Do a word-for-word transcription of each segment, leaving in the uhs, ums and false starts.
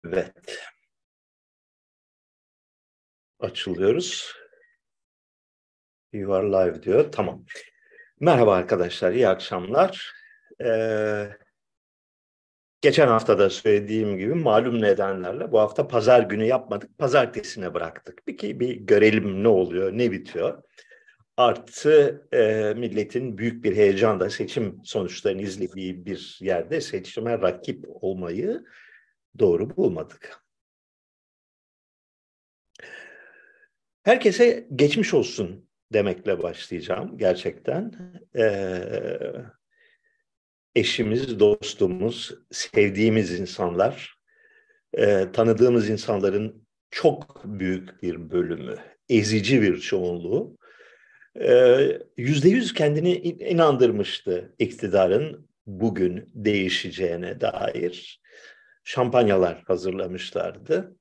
Evet. Açılıyoruz. You are live diyor. Tamam. Merhaba arkadaşlar, iyi akşamlar. Ee, geçen hafta da söylediğim gibi malum nedenlerle bu hafta pazar günü yapmadık. Pazartesine bıraktık. Bir, ki bir görelim ne oluyor, ne bitiyor. Artı e, milletin büyük bir heyecanla seçim sonuçlarını izlediği bir yerde seçime rakip olmayı doğru bulmadık. Herkese geçmiş olsun demekle başlayacağım gerçekten. Ee, eşimiz, dostumuz, sevdiğimiz insanlar, e, tanıdığımız insanların çok büyük bir bölümü, ezici bir çoğunluğu e, yüzde yüz kendini inandırmıştı iktidarın bugün değişeceğine dair. Şampanyalar hazırlamışlardı.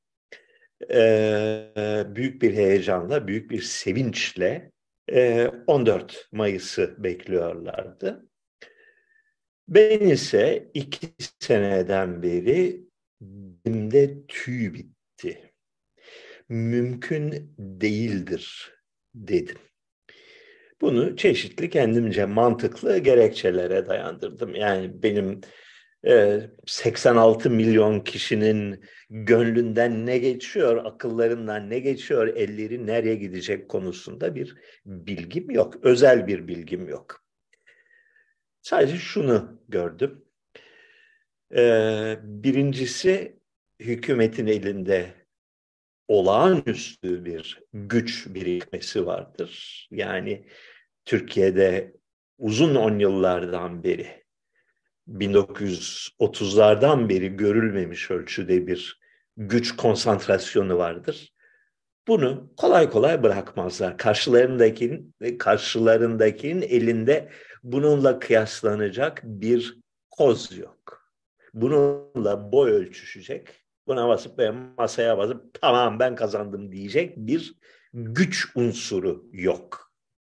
Ee, büyük bir heyecanla, büyük bir sevinçle e, on dört Mayıs'ı bekliyorlardı. Ben ise iki seneden beri dilimde tüy bitti. Mümkün değildir dedim. Bunu çeşitli kendimce mantıklı gerekçelere dayandırdım. Yani benim e, seksen altı milyon kişinin gönlünden ne geçiyor, akıllarından ne geçiyor, elleri nereye gidecek konusunda bir bilgim yok. Özel bir bilgim yok. Sadece şunu gördüm. E, birincisi hükümetin elinde olağanüstü bir güç birikmesi vardır. Yani Türkiye'de uzun on yıllardan beri, bin dokuz yüz otuzlardan beri görülmemiş ölçüde bir güç konsantrasyonu vardır. Bunu kolay kolay bırakmazlar. Karşılarındakinin, karşılarındakinin elinde bununla kıyaslanacak bir koz yok. Bununla boy ölçüşecek, buna basıp ve masaya basıp tamam ben kazandım diyecek bir güç unsuru yok.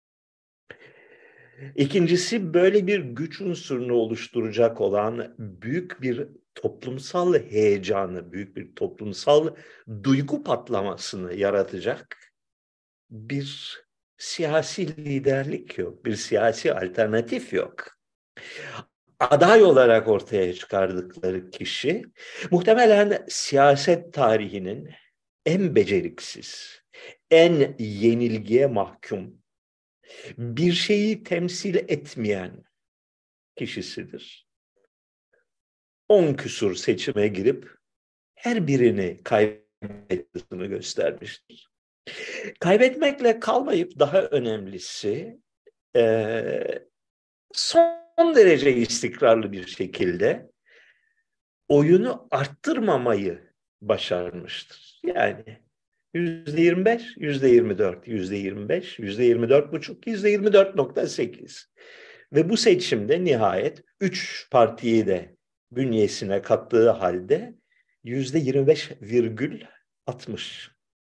İkincisi böyle bir güç unsurunu oluşturacak olan büyük bir toplumsal heyecanı, büyük bir toplumsal duygu patlamasını yaratacak bir siyasi liderlik yok, bir siyasi alternatif yok. Aday olarak ortaya çıkardıkları kişi muhtemelen siyaset tarihinin en beceriksiz, en yenilgiye mahkum, bir şeyi temsil etmeyen kişisidir. On küsur seçime girip her birini kaybettiğini göstermiştir. Kaybetmekle kalmayıp daha önemlisi e, son derece istikrarlı bir şekilde oyunu arttırmamayı başarmıştır. Yani yüzde yirmi beş, yüzde yirmi dört, yüzde yirmi beş, yüzde yirmi dört buçuk, yüzde yirmi dört nokta sekiz. Ve bu seçimde nihayet üç partiyi de bünyesine kattığı halde yüzde yirmi beş virgül altmış.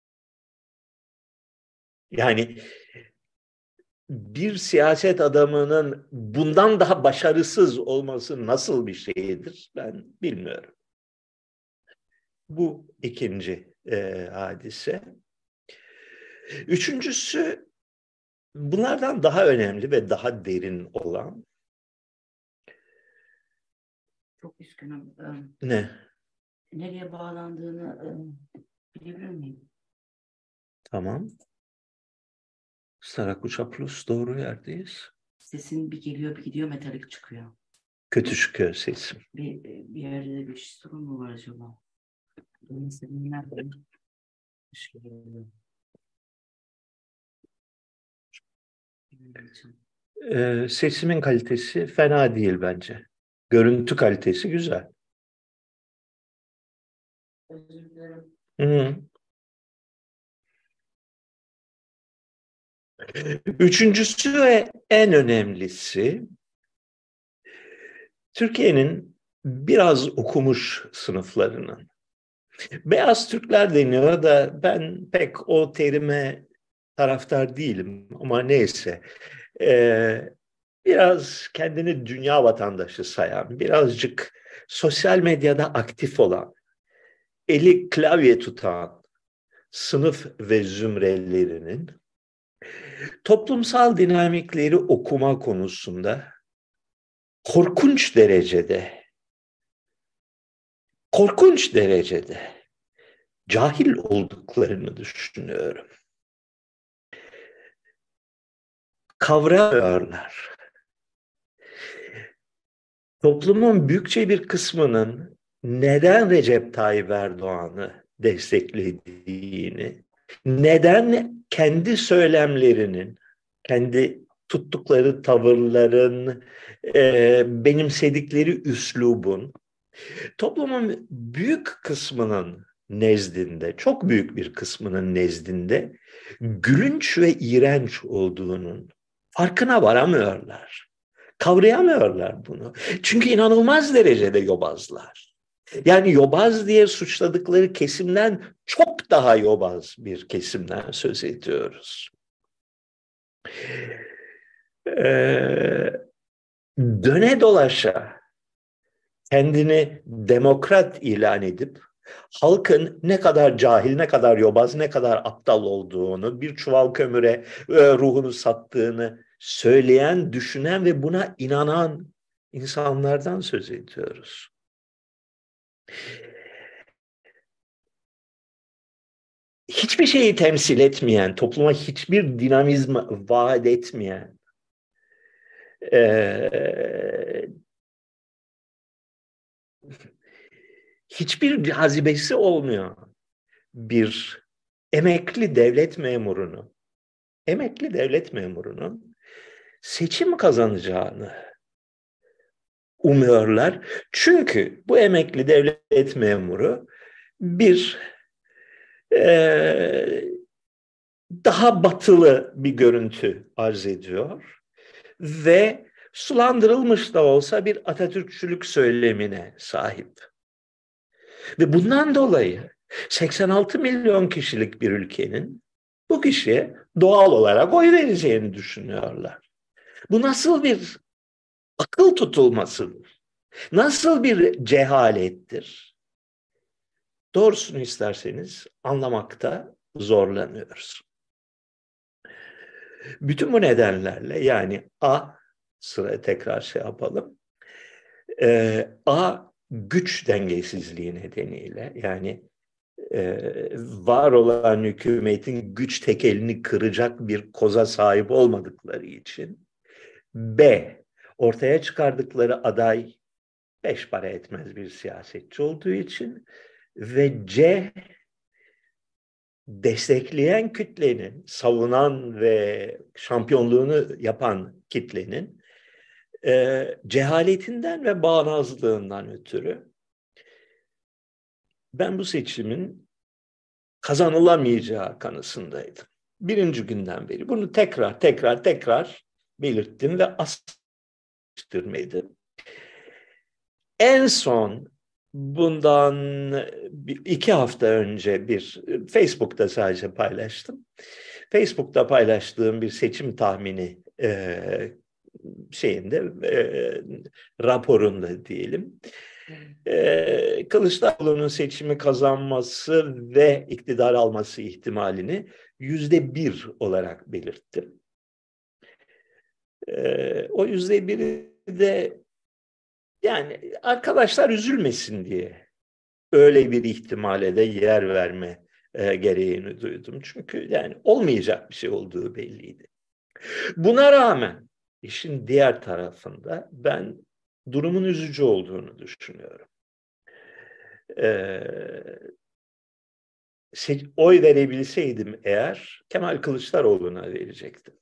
Yani bir siyaset adamının bundan daha başarısız olması nasıl bir şeydir ben bilmiyorum. Bu ikinci e, hadise. Üçüncüsü bunlardan daha önemli ve daha derin olan Çok üzgünüm. ne? Nereye bağlandığını bilebilir miyim? Tamam. Sarakuça Plus doğru yerdeyiz. Sesin bir geliyor bir gidiyor, metalik çıkıyor. Kötü çıkıyor sesim. Bir, bir yerde bir sorun mu var acaba? Mesela nerede? Ee, sesimin kalitesi fena değil bence. Görüntü kalitesi güzel. Özür dilerim. Hı. Üçüncüsü ve en önemlisi Türkiye'nin biraz okumuş sınıflarının. Beyaz Türkler deniyor da ben pek o terime taraftar değilim ama neyse. Ee, biraz kendini dünya vatandaşı sayan, birazcık sosyal medyada aktif olan, eli klavye tutan sınıf ve zümrelerinin toplumsal dinamikleri okuma konusunda korkunç derecede, korkunç derecede cahil olduklarını düşünüyorum. Kavramıyorlar. Toplumun büyükçe bir kısmının neden Recep Tayyip Erdoğan'ı desteklediğini, neden kendi söylemlerinin, kendi tuttukları tavırların, e, benimsedikleri üslubun, toplumun büyük kısmının nezdinde, çok büyük bir kısmının nezdinde gülünç ve iğrenç olduğunun farkına varamıyorlar. Kavrayamıyorlar bunu. Çünkü inanılmaz derecede yobazlar. Yani yobaz diye suçladıkları kesimden çok daha yobaz bir kesimden söz ediyoruz. Ee, döne dolaşa kendini demokrat ilan edip halkın ne kadar cahil, ne kadar yobaz, ne kadar aptal olduğunu, bir çuval kömüre e, ruhunu sattığını söyleyen, düşünen ve buna inanan insanlardan söz ediyoruz. Hiçbir şeyi temsil etmeyen, topluma hiçbir dinamizm vaat etmeyen, e, hiçbir cazibesi olmuyor bir emekli devlet memurunu, emekli devlet memurunun seçim kazanacağını umuyorlar. Çünkü bu emekli devlet memuru bir e, daha batılı bir görüntü arz ediyor ve sulandırılmış da olsa bir Atatürkçülük söylemine sahip. Ve bundan dolayı seksen altı milyon kişilik bir ülkenin bu kişiye doğal olarak oy vereceğini düşünüyorlar. Bu nasıl bir akıl tutulmasıdır? Nasıl bir cehalettir? Doğrusunu isterseniz anlamakta zorlanıyoruz. Bütün bu nedenlerle yani A, sıra tekrar şey yapalım. Ee, A güç dengesizliği nedeniyle yani e, var olan hükümetin güç tekelini kıracak bir koza sahip olmadıkları için. B, ortaya çıkardıkları aday beş para etmez bir siyasetçi olduğu için ve C, destekleyen kütlenin, savunan ve şampiyonluğunu yapan kitlenin e, cehaletinden ve bağnazlığından ötürü ben bu seçimin kazanılamayacağı kanısındaydım. Birinci günden beri bunu tekrar tekrar tekrar belirttim ve asla en son bundan iki hafta önce bir Facebook'ta sadece paylaştım. Facebook'ta paylaştığım bir seçim tahmini e, şeyinde e, raporunda diyelim. E, Kılıçdaroğlu'nun seçimi kazanması ve iktidar alması ihtimalini yüzde bir olarak belirttim. E, o yüzde biri de yani arkadaşlar üzülmesin diye öyle bir ihtimale de yer verme e, gereğini duydum. Çünkü yani olmayacak bir şey olduğu belliydi. Buna rağmen işin diğer tarafında ben durumun üzücü olduğunu düşünüyorum. Ee, oy verebilseydim eğer Kemal Kılıçdaroğlu'na verecektim.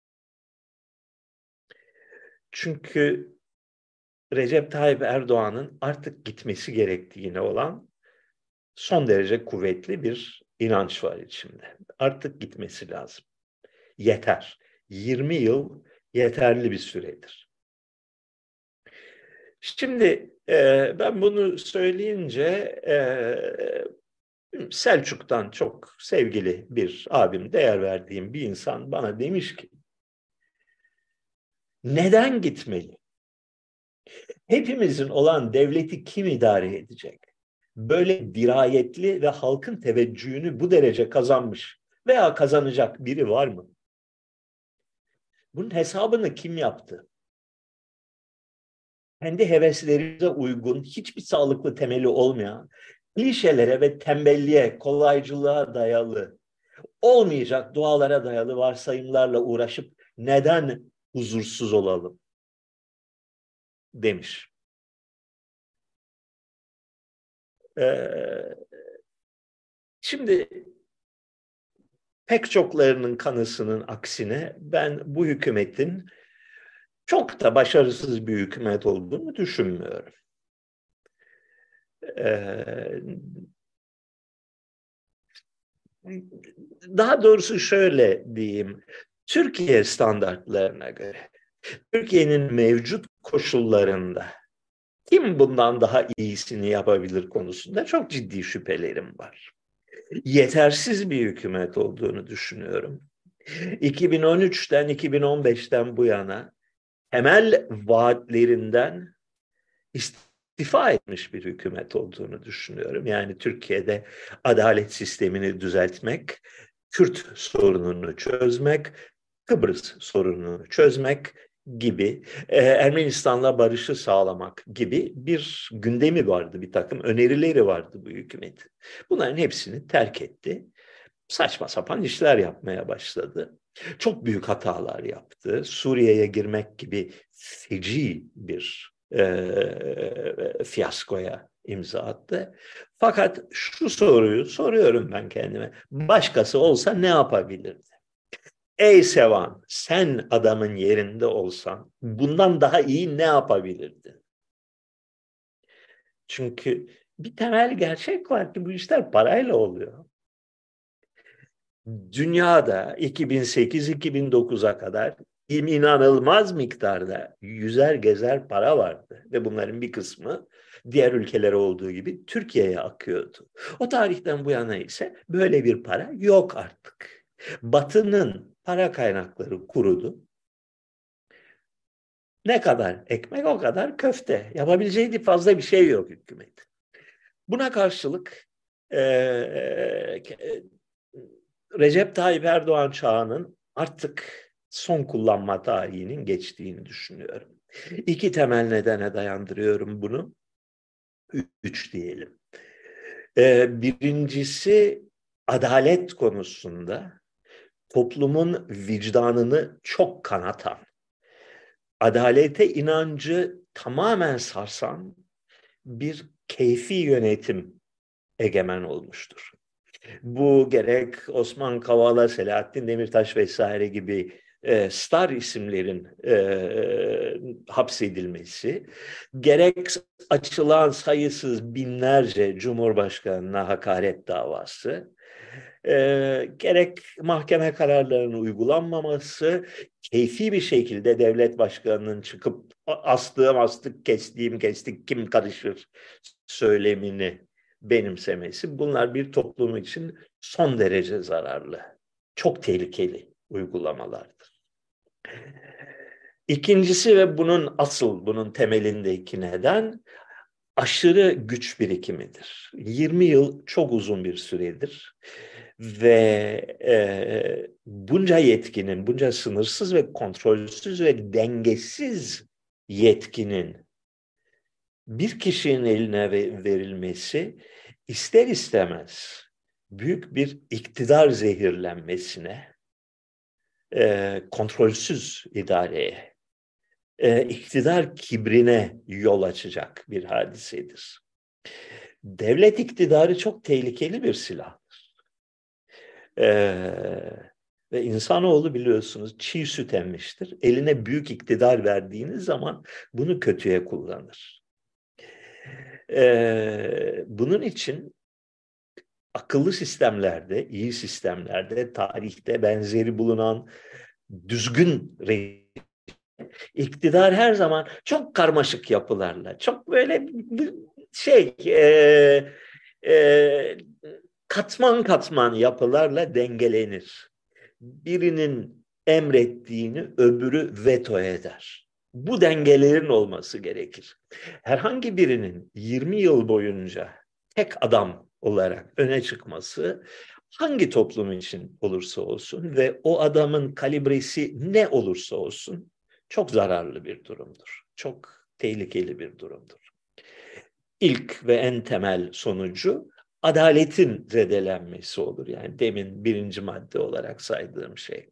Çünkü Recep Tayyip Erdoğan'ın artık gitmesi gerektiğine olan son derece kuvvetli bir inanç var içimde. Artık gitmesi lazım. Yeter. yirmi yıl yeterli bir süredir. Şimdi e, ben bunu söyleyince e, Selçuk'tan çok sevgili bir abim, değer verdiğim bir insan bana demiş ki neden gitmeli? Hepimizin olan devleti kim idare edecek? böyle dirayetli ve halkın teveccühünü bu derece kazanmış veya kazanacak biri var mı? Bunun hesabını kim yaptı? Kendi heveslerimize uygun, hiçbir sağlıklı temeli olmayan, klişelere ve tembelliğe, kolaycılığa dayalı, olmayacak dualara dayalı varsayımlarla uğraşıp neden huzursuz olalım demiş. Ee, şimdi pek çoklarının kanısının aksine ben bu hükümetin çok da başarısız bir hükümet olduğunu düşünmüyorum. Ee, daha doğrusu şöyle diyeyim, Türkiye standartlarına göre, Türkiye'nin mevcut koşullarında kim bundan daha iyisini yapabilir konusunda çok ciddi şüphelerim var. Yetersiz bir hükümet olduğunu düşünüyorum. iki bin on üçten iki bin on beşten bu yana temel vaatlerinden istifa etmiş bir hükümet olduğunu düşünüyorum. Yani Türkiye'de adalet sistemini düzeltmek, Kürt sorununu çözmek, Kıbrıs sorununu çözmek gibi, Ermenistan'la barışı sağlamak gibi bir gündemi vardı, bir takım önerileri vardı bu hükümetin. Bunların hepsini terk etti. Saçma sapan işler yapmaya başladı. Çok büyük hatalar yaptı. Suriye'ye girmek gibi feci bir e, fiyaskoya imza attı. Fakat şu soruyu soruyorum ben kendime. Başkası olsa ne yapabilirdi? Ey Sevan, sen adamın yerinde olsan bundan daha iyi ne yapabilirdin? Çünkü bir temel gerçek var ki bu işler parayla oluyor. Dünyada iki bin sekiz iki bin dokuza kadar inanılmaz miktarda yüzer gezer para vardı ve bunların bir kısmı diğer ülkelere olduğu gibi Türkiye'ye akıyordu. O tarihten bu yana ise böyle bir para yok artık. Batı'nın para kaynakları kurudu. Ne kadar ekmek o kadar köfte. Yapabileceği fazla bir şey yok hükümet. Buna karşılık e, e, Recep Tayyip Erdoğan çağının artık son kullanma tarihinin geçtiğini düşünüyorum. İki temel nedene dayandırıyorum bunu. Üç diyelim. Ee, birincisi adalet konusunda toplumun vicdanını çok kanatan, adalete inancı tamamen sarsan bir keyfi yönetim egemen olmuştur. Bu gerek Osman Kavala, Selahattin Demirtaş vesaire gibi e, star isimlerin e, hapsedilmesi, gerek açılan sayısız binlerce Cumhurbaşkanına hakaret davası, e, gerek mahkeme kararlarının uygulanmaması, keyfi bir şekilde devlet başkanının çıkıp astığım astık, kestiğim kestik, kim karışır söylemini benimsemesi, bunlar bir toplum için son derece zararlı, çok tehlikeli uygulamalardır. İkincisi ve bunun asıl, bunun temelindeki neden aşırı güç birikimidir. yirmi yıl çok uzun bir süredir ve e, bunca yetkinin, bunca sınırsız ve kontrolsüz ve dengesiz yetkinin bir kişinin eline verilmesi ister istemez büyük bir iktidar zehirlenmesine, e, kontrolsüz idareye, e, iktidar kibrine yol açacak bir hadisedir. Devlet iktidarı çok tehlikeli bir silahdır. E, ve insanoğlu biliyorsunuz çiğ süt emmiştir. Eline büyük iktidar verdiğiniz zaman bunu kötüye kullanır. Ee, bunun için akıllı sistemlerde, iyi sistemlerde, tarihte benzeri bulunan düzgün iktidar her zaman çok karmaşık yapılarla, çok böyle şey e, e, katman katman yapılarla dengelenir. Birinin emrettiğini öbürü veto eder. Bu dengelerin olması gerekir. Herhangi birinin yirmi yıl boyunca tek adam olarak öne çıkması hangi toplum için olursa olsun ve o adamın kalibresi ne olursa olsun çok zararlı bir durumdur. Çok tehlikeli bir durumdur. İlk ve en temel sonucu adaletin zedelenmesi olur. Yani demin birinci madde olarak saydığım şey.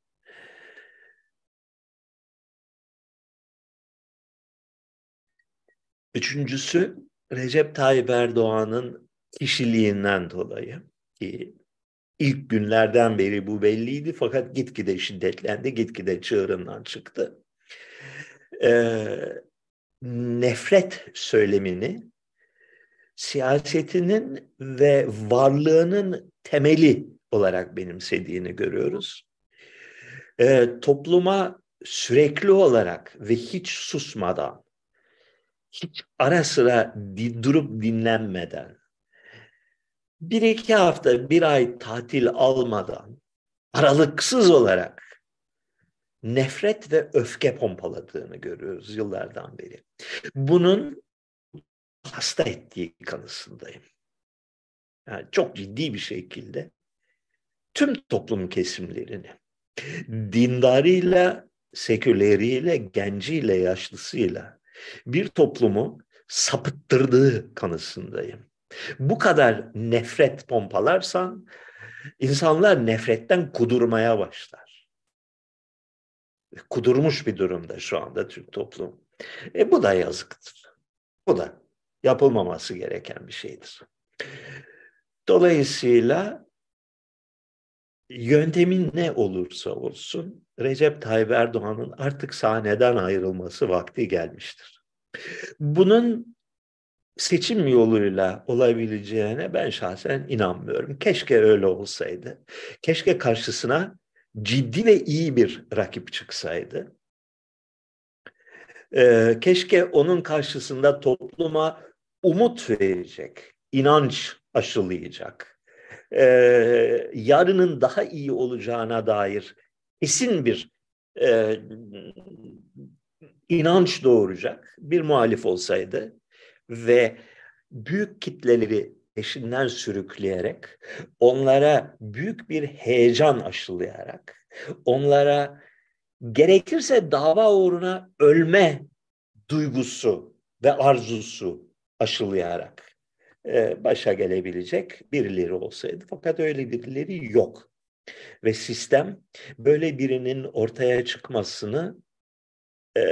Üçüncüsü Recep Tayyip Erdoğan'ın kişiliğinden dolayı ki ilk günlerden beri bu belliydi fakat gitgide şiddetlendi, gitgide çığırından çıktı. Ee, nefret söylemini siyasetinin ve varlığının temeli olarak benimsediğini görüyoruz. Ee, topluma sürekli olarak ve hiç susmadan, hiç ara sıra di, durup dinlenmeden, bir iki hafta, bir ay tatil almadan, aralıksız olarak nefret ve öfke pompaladığını görüyoruz yıllardan beri. Bunun hasta ettiği kanısındayım. Yani çok ciddi bir şekilde tüm toplum kesimlerini, dindarıyla, seküleriyle, genciyle, yaşlısıyla bir toplumu sapıttırdığı kanısındayım. Bu kadar nefret pompalarsan insanlar nefretten kudurmaya başlar. Kudurmuş bir durumda şu anda Türk toplumu. E bu da yazıktır. Bu da yapılmaması gereken bir şeydir. Dolayısıyla yöntemin ne olursa olsun Recep Tayyip Erdoğan'ın artık sahneden ayrılması vakti gelmiştir. Bunun seçim yoluyla olabileceğine ben şahsen inanmıyorum. Keşke öyle olsaydı. Keşke karşısına ciddi ve iyi bir rakip çıksaydı. Ee, keşke onun karşısında topluma umut verecek, inanç aşılayacak, e, yarının daha iyi olacağına dair kesin bir e, inanç doğuracak bir muhalif olsaydı ve büyük kitleleri peşinden sürükleyerek, onlara büyük bir heyecan aşılayarak, onlara gerekirse dava uğruna ölme duygusu ve arzusu aşılayarak e, başa gelebilecek birileri olsaydı. Fakat öyle birileri yok. Ve sistem böyle birinin ortaya çıkmasını e,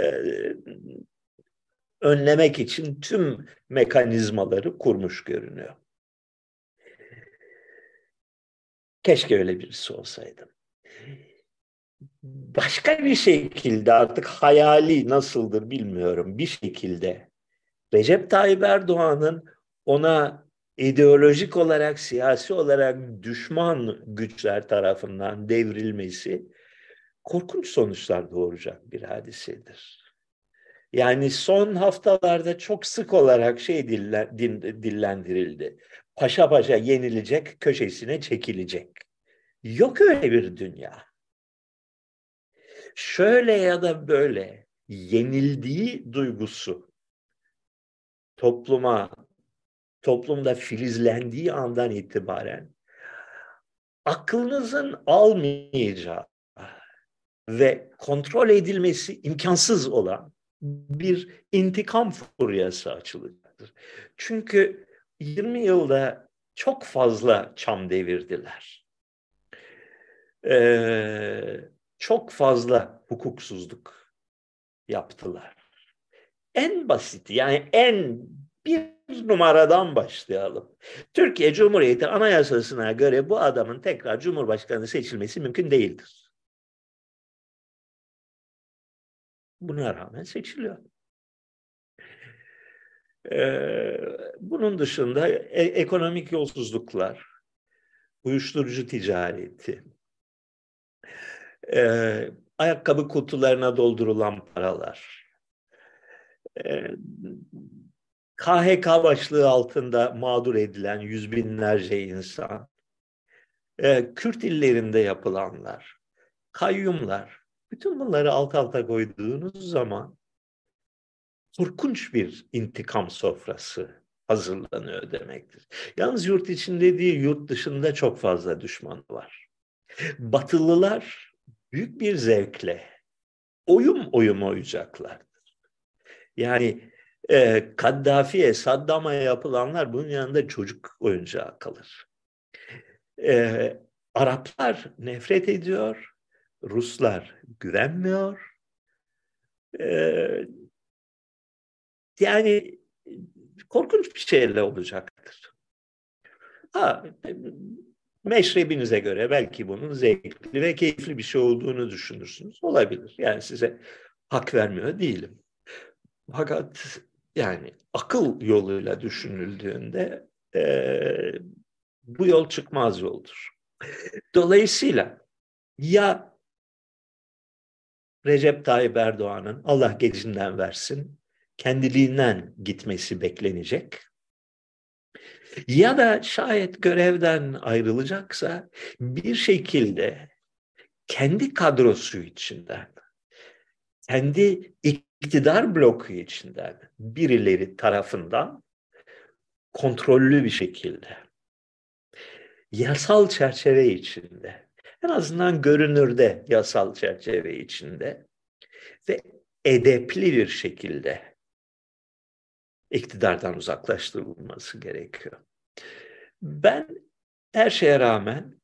önlemek için tüm mekanizmaları kurmuş görünüyor. Keşke öyle birisi olsaydı. Başka bir şekilde artık hayali nasıldır bilmiyorum. Bir şekilde Recep Tayyip Erdoğan'ın ona ideolojik olarak, siyasi olarak düşman güçler tarafından devrilmesi korkunç sonuçlar doğuracak bir hadisedir. Yani son haftalarda çok sık olarak şey dillendirildi. Paşa paşa yenilecek, köşesine çekilecek. Yok öyle bir dünya. Şöyle ya da böyle yenildiği duygusu topluma, toplumda filizlendiği andan itibaren aklınızın almayacağı ve kontrol edilmesi imkansız olan bir intikam furyası açılacaktır. Çünkü yirmi yılda çok fazla çam devirdiler. Ee, çok fazla hukuksuzluk yaptılar. En basit, yani en bir numaradan başlayalım. Türkiye Cumhuriyeti Anayasası'na göre bu adamın tekrar Cumhurbaşkanı seçilmesi mümkün değildir. Buna rağmen seçiliyor. Ee, bunun dışında e- ekonomik yolsuzluklar, uyuşturucu ticareti, e- ayakkabı kutularına doldurulan paralar, e- K H K başlığı altında mağdur edilen yüz binlerce insan, e- Kürt illerinde yapılanlar, kayyumlar, bütün bunları alt alta koyduğunuz zaman korkunç bir intikam sofrası hazırlanıyor demektir. Yalnız yurt içinde değil, yurt dışında çok fazla düşman var. Batılılar büyük bir zevkle oyun oyun oyacaklardır. Yani e, Kaddafi'ye, Saddam'a yapılanlar bunun yanında çocuk oyuncağı kalır. E, Araplar nefret ediyor, Ruslar güvenmiyor. E, Yani korkunç bir şeyle olacaktır. Ha, meşrebinize göre belki bunun zevkli ve keyifli bir şey olduğunu düşünürsünüz. Olabilir. Yani size hak vermiyor değilim. Fakat yani akıl yoluyla düşünüldüğünde e, bu yol çıkmaz yoldur. Dolayısıyla ya Recep Tayyip Erdoğan'ın Allah gecinden versin kendiliğinden gitmesi beklenecek. Ya da şayet görevden ayrılacaksa bir şekilde kendi kadrosu içinden, kendi iktidar bloku içinden birileri tarafından kontrollü bir şekilde, yasal çerçeve içinde, en azından görünürde yasal çerçeve içinde ve edepli bir şekilde iktidardan uzaklaştırılması gerekiyor. Ben her şeye rağmen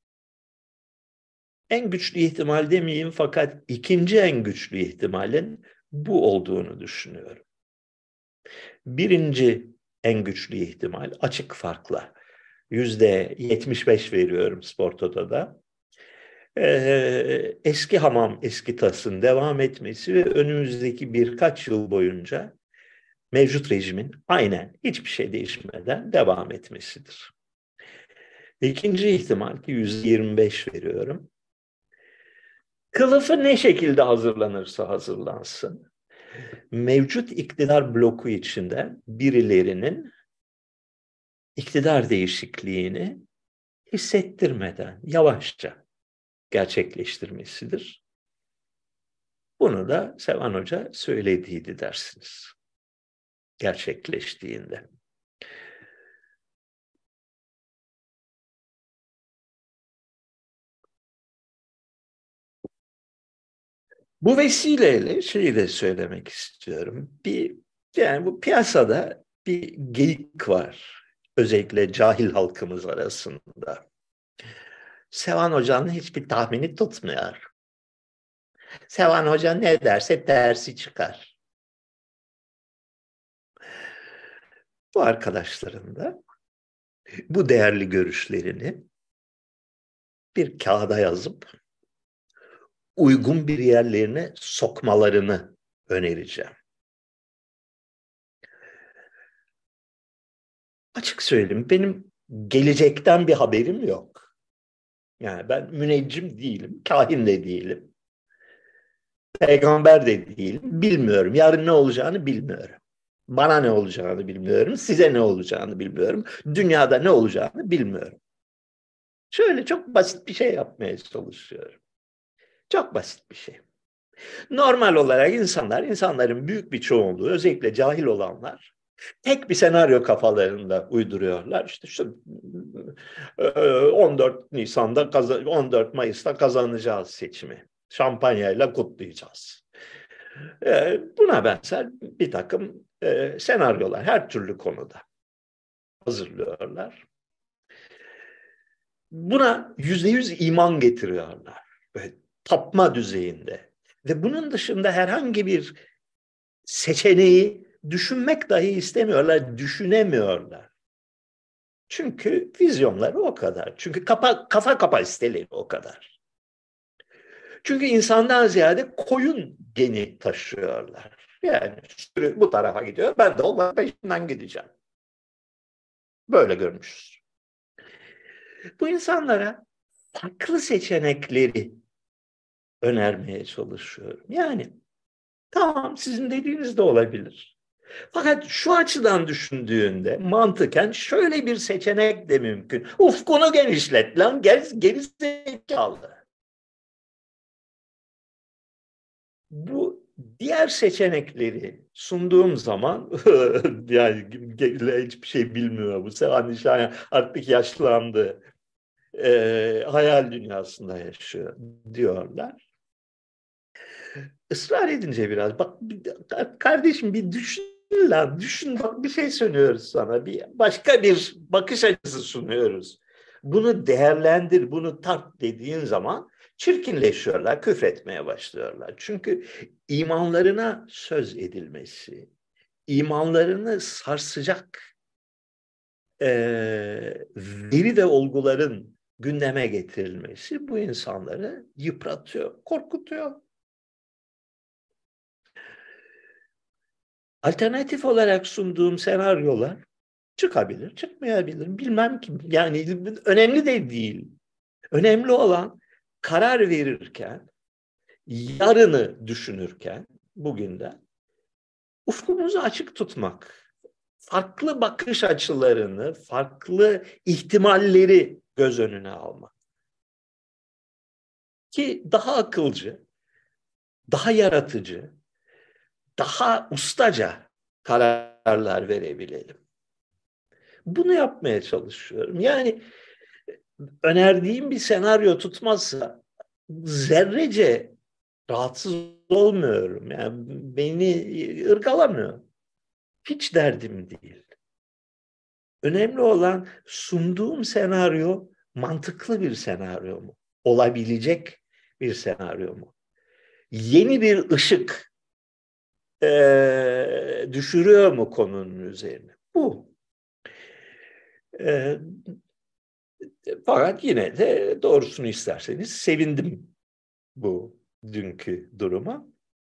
en güçlü ihtimal demeyeyim fakat ikinci en güçlü ihtimalin bu olduğunu düşünüyorum. Birinci en güçlü ihtimal açık farkla yüzde yetmiş beş veriyorum Spor Toto'da. Ee, eski hamam eski tasın devam etmesi ve önümüzdeki birkaç yıl boyunca mevcut rejimin aynen hiçbir şey değişmeden devam etmesidir. İkinci ihtimal ki yüzde yirmi beş veriyorum. Kılıfı ne şekilde hazırlanırsa hazırlansın, mevcut iktidar bloku içinde birilerinin iktidar değişikliğini hissettirmeden yavaşça gerçekleştirmesidir. Bunu da Sevan Hoca söylediydi dersiniz. Gerçekleştiğinde. Bu vesileyle şeyi de söylemek istiyorum. Bir, yani bu piyasada bir geyik var. Özellikle cahil halkımız arasında. Sevan Hoca'nın hiçbir tahmini tutmuyor. Sevan Hoca ne derse tersi çıkar. Bu arkadaşların da bu değerli görüşlerini bir kağıda yazıp uygun bir yerlerine sokmalarını önereceğim. Açık söyleyeyim, benim gelecekten bir haberim yok. Yani ben müneccim değilim, kahin de değilim, peygamber de değilim, bilmiyorum. Yarın ne olacağını bilmiyorum. Bana ne olacağını bilmiyorum, size ne olacağını bilmiyorum, dünyada ne olacağını bilmiyorum. Şöyle çok basit bir şey yapmaya çalışıyorum. Çok basit bir şey. Normal olarak insanlar, insanların büyük bir çoğunluğu, özellikle cahil olanlar, tek bir senaryo kafalarında uyduruyorlar. İşte şu on dört Nisan'da, on dört Mayıs'ta kazanacağız seçimi. Şampanyayla kutlayacağız. Buna benzer bir takım senaryolar her türlü konuda hazırlıyorlar. Buna yüzde yüz iman getiriyorlar. Böyle tapma düzeyinde. Ve bunun dışında herhangi bir seçeneği düşünmek dahi istemiyorlar, düşünemiyorlar. Çünkü vizyonları o kadar. Çünkü kafa, kafa kapasiteleri o kadar. Çünkü insandan ziyade koyun geni taşıyorlar. Yani bu tarafa gidiyor, ben de onların peşinden gideceğim. Böyle görmüşüz. Bu insanlara farklı seçenekleri önermeye çalışıyorum. Yani tamam sizin dediğiniz de olabilir. Fakat şu açıdan düşündüğünde mantıken şöyle bir seçenek de mümkün. Ufkunu genişlet lan, geri zekalı. Bu Diğer seçenekleri sunduğum zaman yani hiçbir şey bilmiyor bu. Sevan Nişan artık yaşlandı. E, hayal dünyasında yaşıyor diyorlar. Israr edince biraz bak kardeşim bir düşün lan düşün bak bir şey sunuyoruz sana. Bir başka bir bakış açısı sunuyoruz. Bunu değerlendir, bunu tart dediğin zaman çirkinleşiyorlar, küfretmeye başlıyorlar. Çünkü imanlarına söz edilmesi, imanlarını sarsacak e, veri ve olguların gündeme getirilmesi bu insanları yıpratıyor, korkutuyor. Alternatif olarak sunduğum senaryolar çıkabilir, çıkmayabilir. Bilmem ki. Yani önemli de değil. Önemli olan karar verirken, yarını düşünürken, bugünden ufkumuzu açık tutmak. Farklı bakış açılarını, farklı ihtimalleri göz önüne almak. Ki daha akılcı, daha yaratıcı, daha ustaca kararlar verebilelim. Bunu yapmaya çalışıyorum. Yani önerdiğim bir senaryo tutmazsa zerrece rahatsız olmuyorum. Yani beni ırgalamıyor. Hiç derdim değil. Önemli olan sunduğum senaryo mantıklı bir senaryo mu? Olabilecek bir senaryo mu? Yeni bir ışık e, düşürüyor mu konunun üzerine? Bu. E, fakat yine de doğrusunu isterseniz sevindim bu dünkü duruma.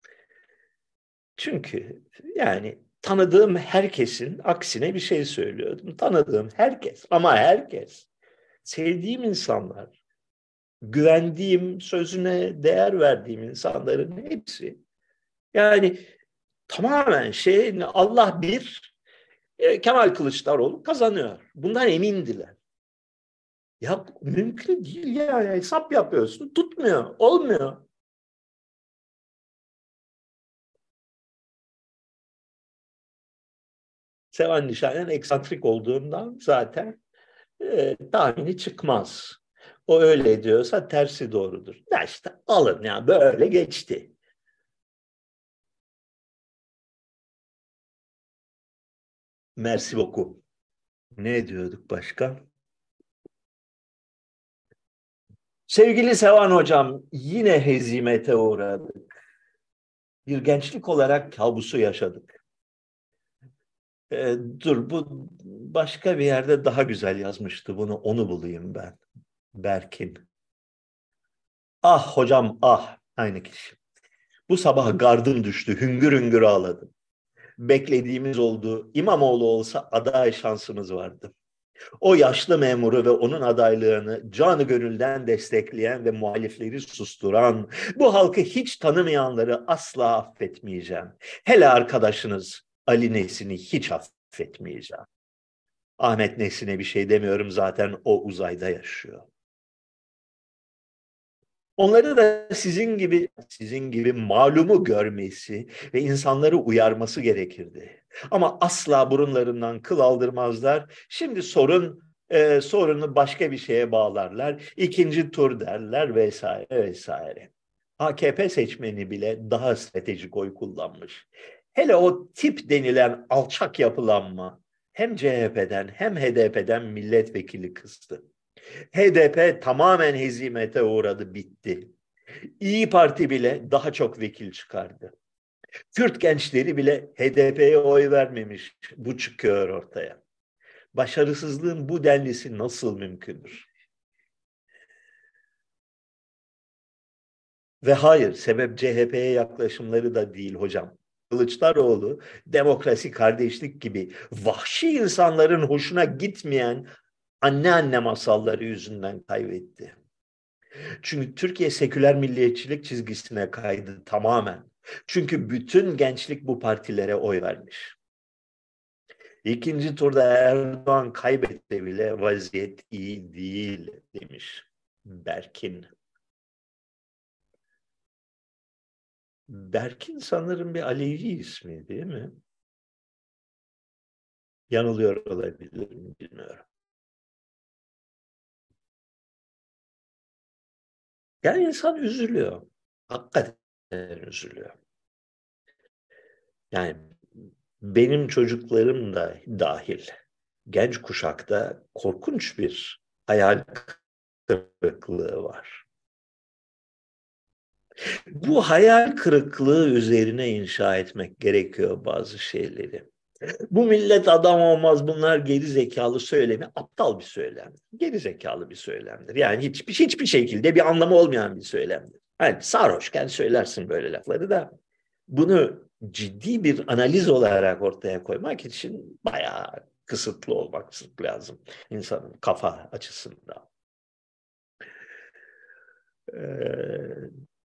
Çünkü yani tanıdığım herkesin aksine bir şey söylüyordum. Tanıdığım herkes ama herkes, sevdiğim insanlar, güvendiğim, sözüne değer verdiğim insanların hepsi yani tamamen şey Allah bir, e, Kemal Kılıçdaroğlu kazanıyor. Bundan emindiler. Ya mümkün değil ya. Hesap yapıyorsun tutmuyor, olmuyor. Sevan Nişan'ın eksantrik olduğundan zaten e, tahmini çıkmaz. O öyle diyorsa tersi doğrudur. Ya işte alın ya böyle geçti. Merci beaucoup. Ne diyorduk başka? Sevgili Sevan Hocam, yine hezimete uğradık. Bir gençlik olarak kabusu yaşadık. E, dur bu başka bir yerde daha güzel yazmıştı bunu, onu bulayım ben. Berkin. Ah hocam ah, aynı kişi. Bu sabah gardım düştü, hüngür hüngür ağladım. Beklediğimiz oldu. İmamoğlu olsa aday şansımız vardı. O yaşlı memuru ve onun adaylığını canı gönülden destekleyen ve muhalifleri susturan, bu halkı hiç tanımayanları asla affetmeyeceğim. Hele arkadaşınız Ali Nesin'i hiç affetmeyeceğim. Ahmet Nesin'e bir şey demiyorum, zaten o uzayda yaşıyor. Onları da sizin gibi sizin gibi malumu görmesi ve insanları uyarması gerekirdi. Ama asla burunlarından kıl aldırmazlar. Şimdi sorun e, sorunu başka bir şeye bağlarlar. İkinci tur derler vesaire vesaire. A K P seçmeni bile daha stratejik oy kullanmış. Hele o tip denilen alçak yapılanma hem C H P'den hem H D P'den milletvekili kıstı. H D P tamamen hezimete uğradı, bitti. İyi Parti bile daha çok vekil çıkardı. Kürt gençleri bile H D P'ye oy vermemiş. Bu çıkıyor ortaya. Başarısızlığın bu denlisi nasıl mümkündür? Ve hayır, sebep C H P'ye yaklaşımları da değil hocam. Kılıçdaroğlu demokrasi, kardeşlik gibi vahşi insanların hoşuna gitmeyen anneanne masalları yüzünden kaybetti. Çünkü Türkiye seküler milliyetçilik çizgisine kaydı tamamen. Çünkü bütün gençlik bu partilere oy vermiş. İkinci turda Erdoğan kaybetse bile vaziyet iyi değil demiş Berkin. Berkin sanırım bir Alevi ismi değil mi? Yanılıyor olabilirim, bilmiyorum. Yani insan üzülüyor. Hakikaten üzülüyor. Yani benim çocuklarım da dahil genç kuşakta korkunç bir hayal kırıklığı var. Bu hayal kırıklığı üzerine inşa etmek gerekiyor bazı şeyleri. Bu millet adam olmaz, bunlar geri zekalı söylemi aptal bir söylemdir. Geri zekalı bir söylemdir. Yani hiçbir, hiçbir şekilde bir anlamı olmayan bir söylemdir. Yani sarhoşken söylersin böyle lafları da bunu ciddi bir analiz olarak ortaya koymak için bayağı kısıtlı olmak lazım insanın kafa açısından. Ee,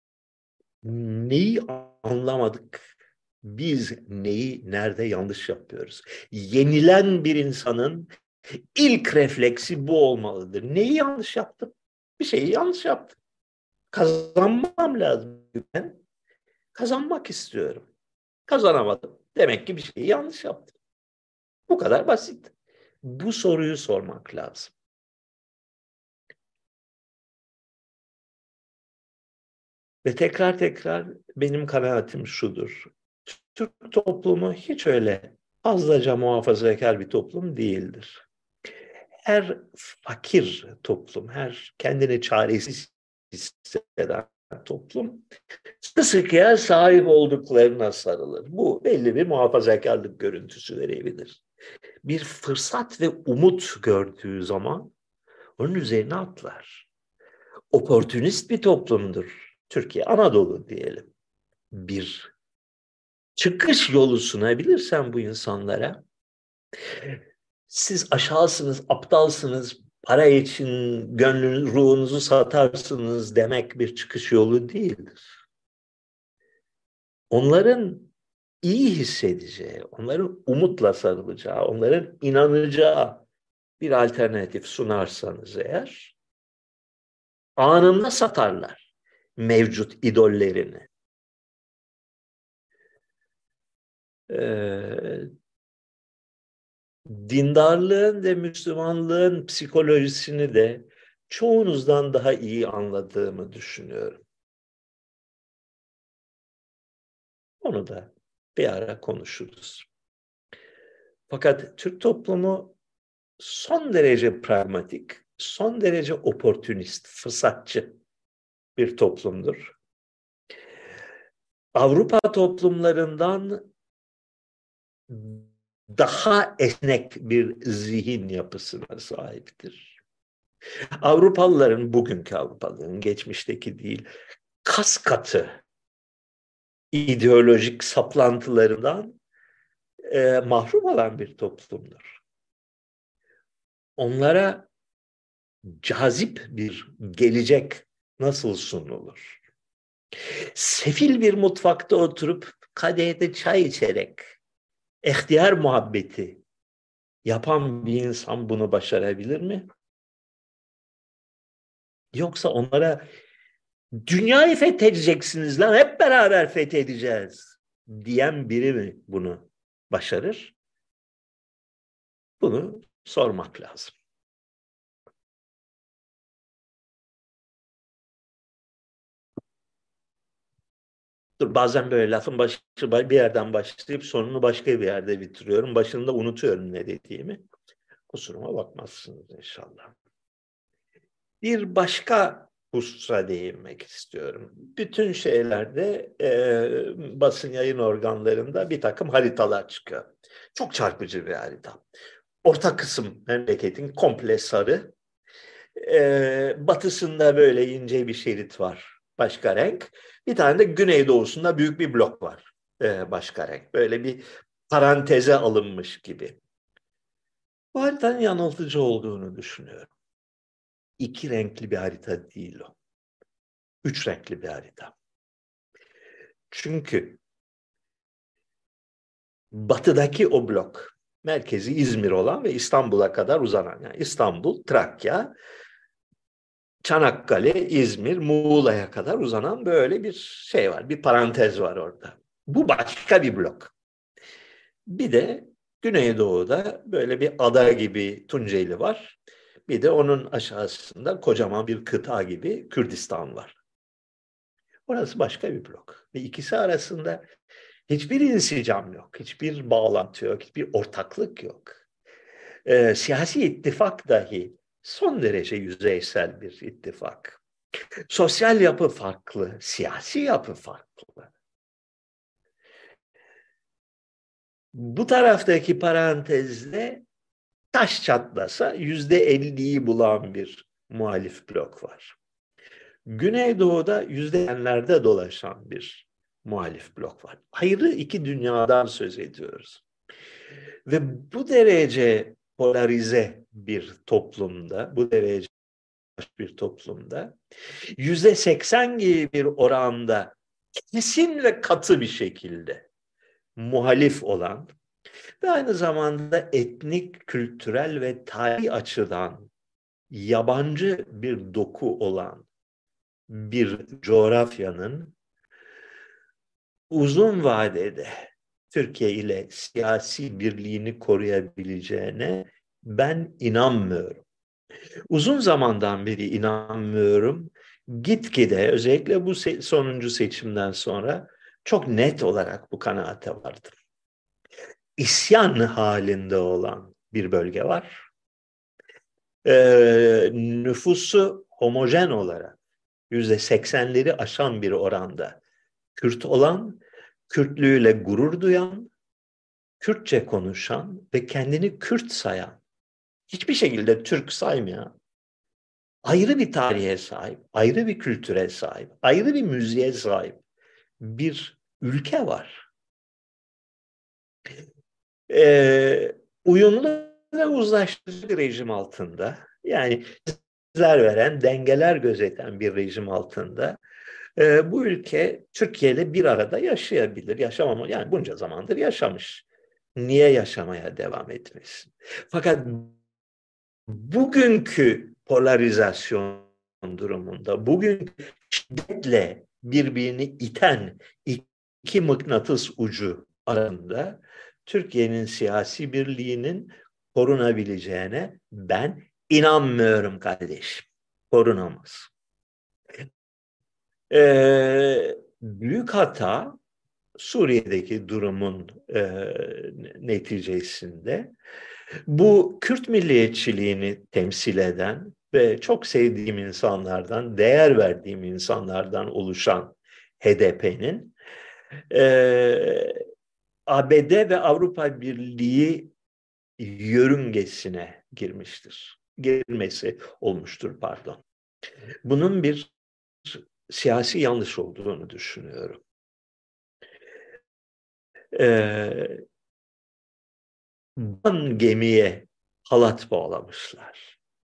neyi anlamadık? Biz neyi nerede yanlış yapıyoruz? Yenilen bir insanın ilk refleksi bu olmalıdır. Neyi yanlış yaptım? Bir şeyi yanlış yaptım. Kazanmam lazım. Ben kazanmak istiyorum. Kazanamadım. Demek ki bir şeyi yanlış yaptım. Bu kadar basit. Bu soruyu sormak lazım. Ve tekrar tekrar benim kanaatim şudur. Türk toplumu hiç öyle fazlaca muhafazakar bir toplum değildir. Her fakir toplum, her kendine çaresiz hisseden toplum sıkı sıkıya sahip olduklarına sarılır. Bu belli bir muhafazakarlık görüntüsü verebilir. Bir fırsat ve umut gördüğü zaman onun üzerine atlar. Oportunist bir toplumdur Türkiye, Anadolu diyelim. Bir çıkış yolu sunabilirsen bu insanlara, siz aşağısınız, aptalsınız, para için gönlünüzü, ruhunuzu satarsınız demek bir çıkış yolu değildir. Onların iyi hissedeceği, onların umutla sarılacağı, onların inanacağı bir alternatif sunarsanız eğer, anında satarlar mevcut idollerini. Ee, dindarlığın ve Müslümanlığın psikolojisini de çoğunuzdan daha iyi anladığımı düşünüyorum. Onu da bir ara konuşuruz. Fakat Türk toplumu son derece pragmatik, son derece oportunist, fırsatçı bir toplumdur. Avrupa toplumlarından daha esnek bir zihin yapısına sahiptir. Avrupalıların, bugünkü Avrupalıların, geçmişteki değil, kas katı ideolojik saplantılarından e, mahrum olan bir toplumdur. Onlara cazip bir gelecek nasıl sunulur? Sefil bir mutfakta oturup kadehte çay içerek ihtiyar muhabbeti yapan bir insan bunu başarabilir mi? Yoksa onlara dünyayı fethedeceksiniz lan, hep beraber fethedeceğiz diyen biri mi bunu başarır? Bunu sormak lazım. Dur, bazen böyle lafın başı bir yerden başlayıp sonunu başka bir yerde bitiriyorum. Başında unutuyorum ne dediğimi. Kusuruma bakmazsınız inşallah. Bir başka hususa değinmek istiyorum. Bütün şeylerde e, basın yayın organlarında bir takım haritalar çıkıyor. Çok çarpıcı bir harita. Orta kısım memleketin komple sarı. E, batısında böyle ince bir şerit var. Başka renk. Bir tane de güneydoğusunda büyük bir blok var. E, başka renk. Böyle bir paranteze alınmış gibi. Bu haritanın yanıltıcı olduğunu düşünüyorum. İki renkli bir harita değil o. Üç renkli bir harita. Çünkü batıdaki o blok, merkezi İzmir olan ve İstanbul'a kadar uzanan, yani İstanbul, Trakya, Çanakkale, İzmir, Muğla'ya kadar uzanan böyle bir şey var. Bir parantez var orada. Bu başka bir blok. Bir de Güneydoğu'da böyle bir ada gibi Tunceli var. Bir de onun aşağısında kocaman bir kıta gibi Kürdistan var. Orası başka bir blok. Ve ikisi arasında hiçbir insicam yok, hiçbir bağlantı yok, hiçbir ortaklık yok. Ee, siyasi ittifak dahi son derece yüzeysel bir ittifak. Sosyal yapı farklı, siyasi yapı farklı. Bu taraftaki parantezde taş çatlasa yüzde elliyi bulan bir muhalif blok var. Güneydoğu'da yüzde elli'lerde dolaşan bir muhalif blok var. Ayrı iki dünyadan söz ediyoruz. Ve bu derece polarize bir toplumda, bu derece bir toplumda yüzde seksen gibi bir oranda kesin ve katı bir şekilde muhalif olan ve aynı zamanda etnik, kültürel ve tarihi açıdan yabancı bir doku olan bir coğrafyanın uzun vadede Türkiye ile siyasi birliğini koruyabileceğine ben inanmıyorum. Uzun zamandan beri inanmıyorum. Gitgide özellikle bu se- sonuncu seçimden sonra çok net olarak bu kanaate vardım. İsyan halinde olan bir bölge var. Ee, nüfusu homojen olarak yüzde seksenleri aşan bir oranda Kürt olan, Kürtlüğüyle gurur duyan, Kürtçe konuşan ve kendini Kürt sayan, hiçbir şekilde Türk saymayan, ayrı bir tarihe sahip, ayrı bir kültüre sahip, ayrı bir müziğe sahip bir ülke var. Ee, uyumlu ve uzlaştırıcı bir rejim altında, yani izler veren, dengeler gözeten bir rejim altında e, bu ülke Türkiye ile bir arada yaşayabilir. Yaşamama, yani bunca zamandır yaşamış. Niye yaşamaya devam etmesin? Fakat bugünkü polarizasyon durumunda, bugün şiddetle birbirini iten iki mıknatıs ucu arasında Türkiye'nin siyasi birliğinin korunabileceğine ben inanmıyorum kardeşim. Korunamaz. Ee, büyük hata Suriye'deki durumun e, neticesinde bu Kürt milliyetçiliğini temsil eden ve çok sevdiğim insanlardan, değer verdiğim insanlardan oluşan H D P'nin e, A B D ve Avrupa Birliği yörüngesine girmiştir. Girmesi olmuştur, pardon. Bunun bir siyasi yanlış olduğunu düşünüyorum. Ee, gemiye halat bağlamışlar.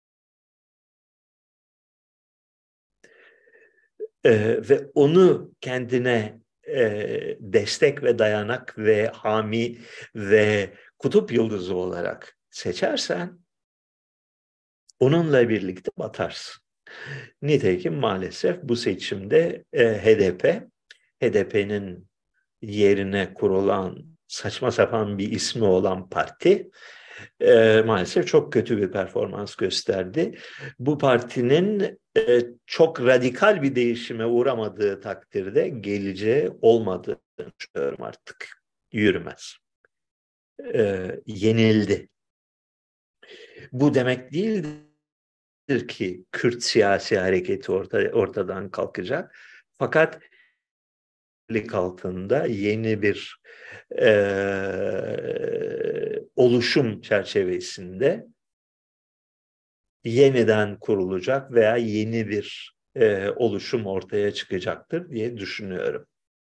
Ee, ve onu kendine e, destek ve dayanak ve hami ve kutup yıldızı olarak seçersen onunla birlikte batarsın. Nitekim maalesef bu seçimde e, H D P, H D P'nin yerine kurulan saçma sapan bir ismi olan parti e, maalesef çok kötü bir performans gösterdi. Bu partinin e, çok radikal bir değişime uğramadığı takdirde geleceği olmadığını düşünüyorum artık. Yürümez. E, yenildi. Bu demek değildir ki Kürt siyasi hareketi orta, ortadan kalkacak. Fakat altında yeni bir e, oluşum çerçevesinde yeniden kurulacak veya yeni bir e, oluşum ortaya çıkacaktır diye düşünüyorum.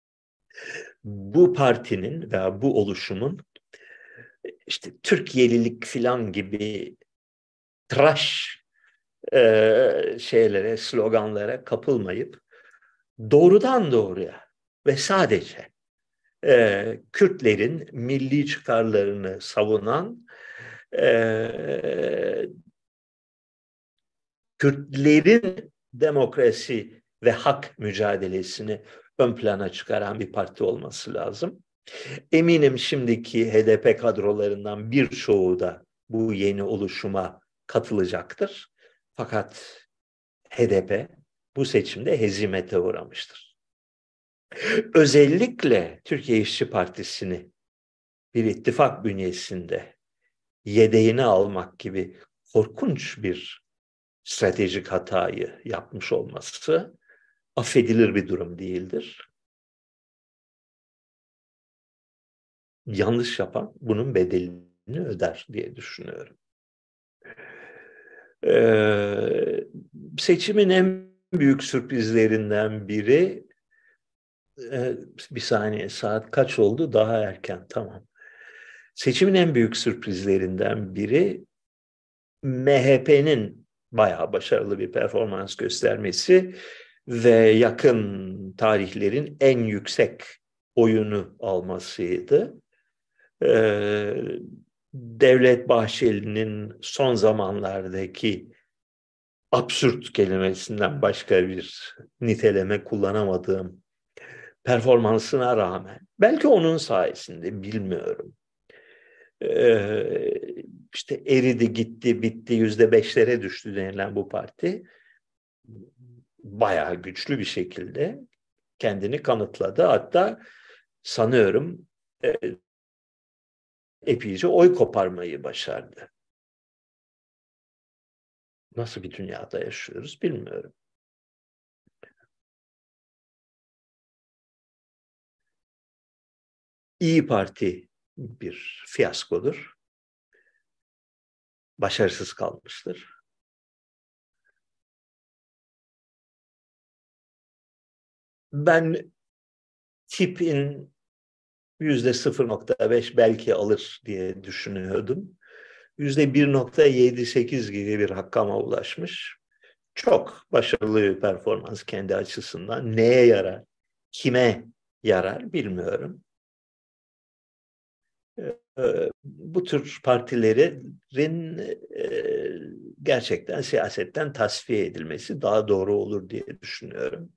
Bu partinin veya bu oluşumun işte Türkiye'lilik falan gibi tıraş e, şeylere, sloganlara kapılmayıp doğrudan doğruya ve sadece e, Kürtlerin milli çıkarlarını savunan e, Kürtlerin demokrasi ve hak mücadelesini ön plana çıkaran bir parti olması lazım. Eminim şimdiki H D P kadrolarından birçoğu da bu yeni oluşuma katılacaktır. Fakat H D P bu seçimde hezimete uğramıştır. Özellikle Türkiye İşçi Partisi'ni bir ittifak bünyesinde yedeğini almak gibi korkunç bir stratejik hatayı yapmış olması affedilir bir durum değildir. Yanlış yapan bunun bedelini öder diye düşünüyorum. Ee, seçimin en büyük sürprizlerinden biri, e, bir saniye, saat kaç oldu? Daha erken, tamam. Seçimin en büyük sürprizlerinden biri M H P'nin bayağı başarılı bir performans göstermesi ve yakın tarihlerin en yüksek oyunu almasıydı. Ee, Devlet Bahçeli'nin son zamanlardaki absürt kelimesinden başka bir niteleme kullanamadığım performansına rağmen, belki onun sayesinde, bilmiyorum. Ee, işte eridi, gitti, bitti, yüzde beşlere düştü denilen bu parti bayağı güçlü bir şekilde kendini kanıtladı. Hatta sanıyorum e, epeyce oy koparmayı başardı. Nasıl bir dünyada yaşıyoruz bilmiyorum. İyi Parti bir fiyaskodur. Başarısız kalmıştır. Ben tipin yüzde sıfır nokta beş belki alır diye düşünüyordum. Yüzde bir nokta yedi sekiz gibi bir rakama ulaşmış. Çok başarılı bir performans kendi açısından. Neye yarar, kime yarar bilmiyorum. Bu tür partilerin gerçekten siyasetten tasfiye edilmesi daha doğru olur diye düşünüyorum.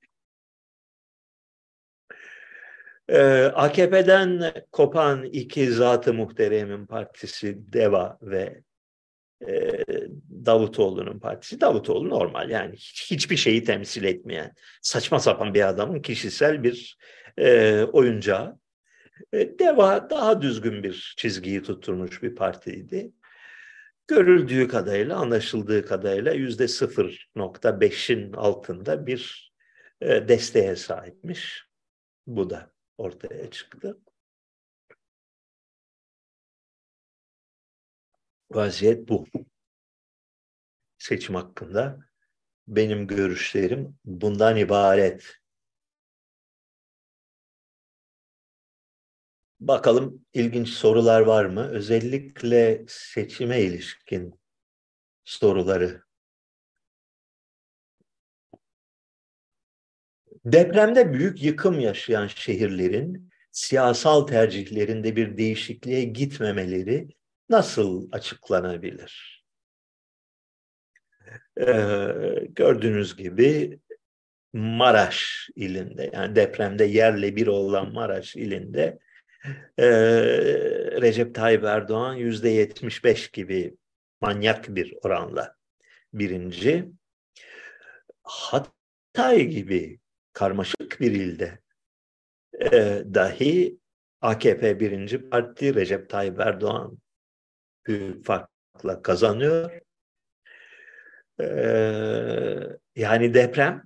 A K P'den kopan iki zat-ı muhteremin partisi DEVA ve Davutoğlu'nun partisi. Davutoğlu normal, yani hiç, hiçbir şeyi temsil etmeyen saçma sapan bir adamın kişisel bir e, oyuncağı. E, DEVA daha düzgün bir çizgiyi tutturmuş bir partiydi. Görüldüğü kadarıyla, anlaşıldığı kadarıyla yüzde sıfır nokta beşin altında bir e, desteğe sahipmiş. Bu da ortaya çıktı. Vaziyet bu. Seçim hakkında benim görüşlerim bundan ibaret. Bakalım ilginç sorular var mı? Özellikle seçime ilişkin soruları. Depremde büyük yıkım yaşayan şehirlerin siyasal tercihlerinde bir değişikliğe gitmemeleri nasıl açıklanabilir? Ee, gördüğünüz gibi Maraş ilinde, yani depremde yerle bir olan Maraş ilinde e, Recep Tayyip Erdoğan yüzde yetmiş beş gibi manyak bir oranla birinci. Hatay gibi karmaşık bir ilde e, dahi A K P birinci parti, Recep Tayyip Erdoğan büyük farkla kazanıyor. E, yani deprem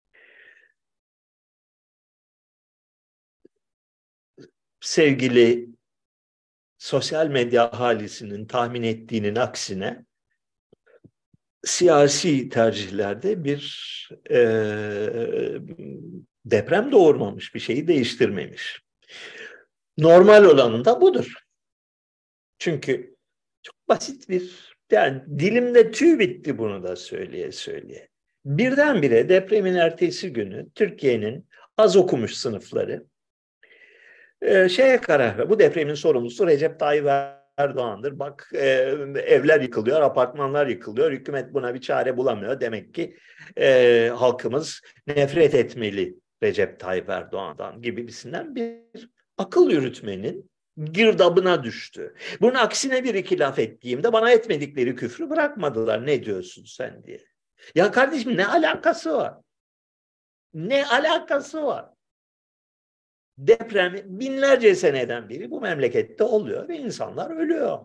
sevgili sosyal medya ahalisinin tahmin ettiğinin aksine siyasi tercihlerde bir e, deprem doğurmamış, bir şeyi değiştirmemiş. Normal olanı da budur. Çünkü çok basit bir, yani dilimde tüy bitti bunu da söyleye söyleye. Birdenbire depremin ertesi günü Türkiye'nin az okumuş sınıfları e, şeye karar ver. Bu depremin sorumlusu Recep Tayyip Erdoğan'dır. Bak e, evler yıkılıyor, apartmanlar yıkılıyor. Hükümet buna bir çare bulamıyor. Demek ki e, halkımız nefret etmeli Recep Tayyip Erdoğan'dan gibisinden bir akıl yürütmenin girdabına düştü. Bunun aksine bir iki laf ettiğimde bana etmedikleri küfrü bırakmadılar. Ne diyorsun sen diye. Ya kardeşim ne alakası var? Ne alakası var? Deprem binlerce seneden beri bu memlekette oluyor ve insanlar ölüyor.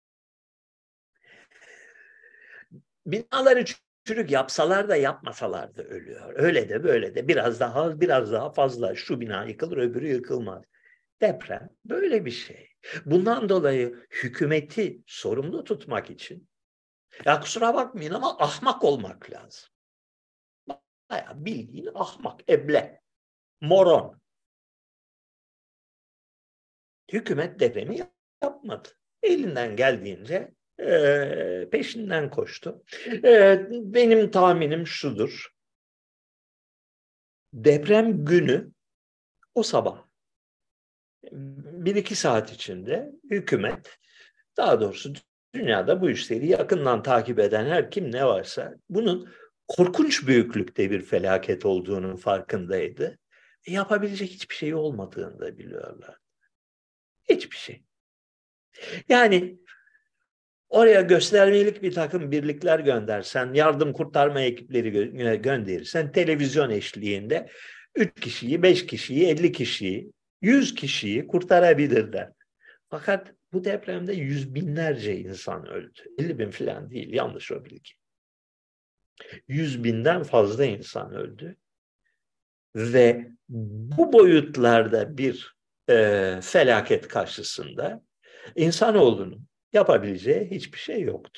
Binaları çürük yapsalar da yapmasalar da ölüyor. Öyle de böyle de biraz daha biraz daha fazla şu bina yıkılır öbürü yıkılmaz. Deprem böyle bir şey. Bundan dolayı hükümeti sorumlu tutmak için ya kusura bakmayın ama ahmak olmak lazım. Bayağı bildiğin ahmak, eble, moron. Hükümet depremi yapmadı. Elinden geldiğince e, peşinden koştu. E, benim tahminim şudur. Deprem günü o sabah bir iki saat içinde hükümet, daha doğrusu dünyada bu işleri yakından takip eden her kim ne varsa bunun korkunç büyüklükte bir felaket olduğunun farkındaydı. E, yapabilecek hiçbir şey olmadığını da biliyorlar. Hiçbir şey. Yani oraya göstermelik bir takım birlikler göndersen, yardım kurtarma ekipleri gö- gönderirsen televizyon eşliğinde üç kişiyi, beş kişiyi, elli kişiyi, yüz kişiyi kurtarabilirler. Fakat bu depremde yüz binlerce insan öldü. elli bin falan değil, yanlış o bilgi. Yüz binden fazla insan öldü. Ve bu boyutlarda bir e, felaket karşısında insanoğlunun yapabileceği hiçbir şey yoktu.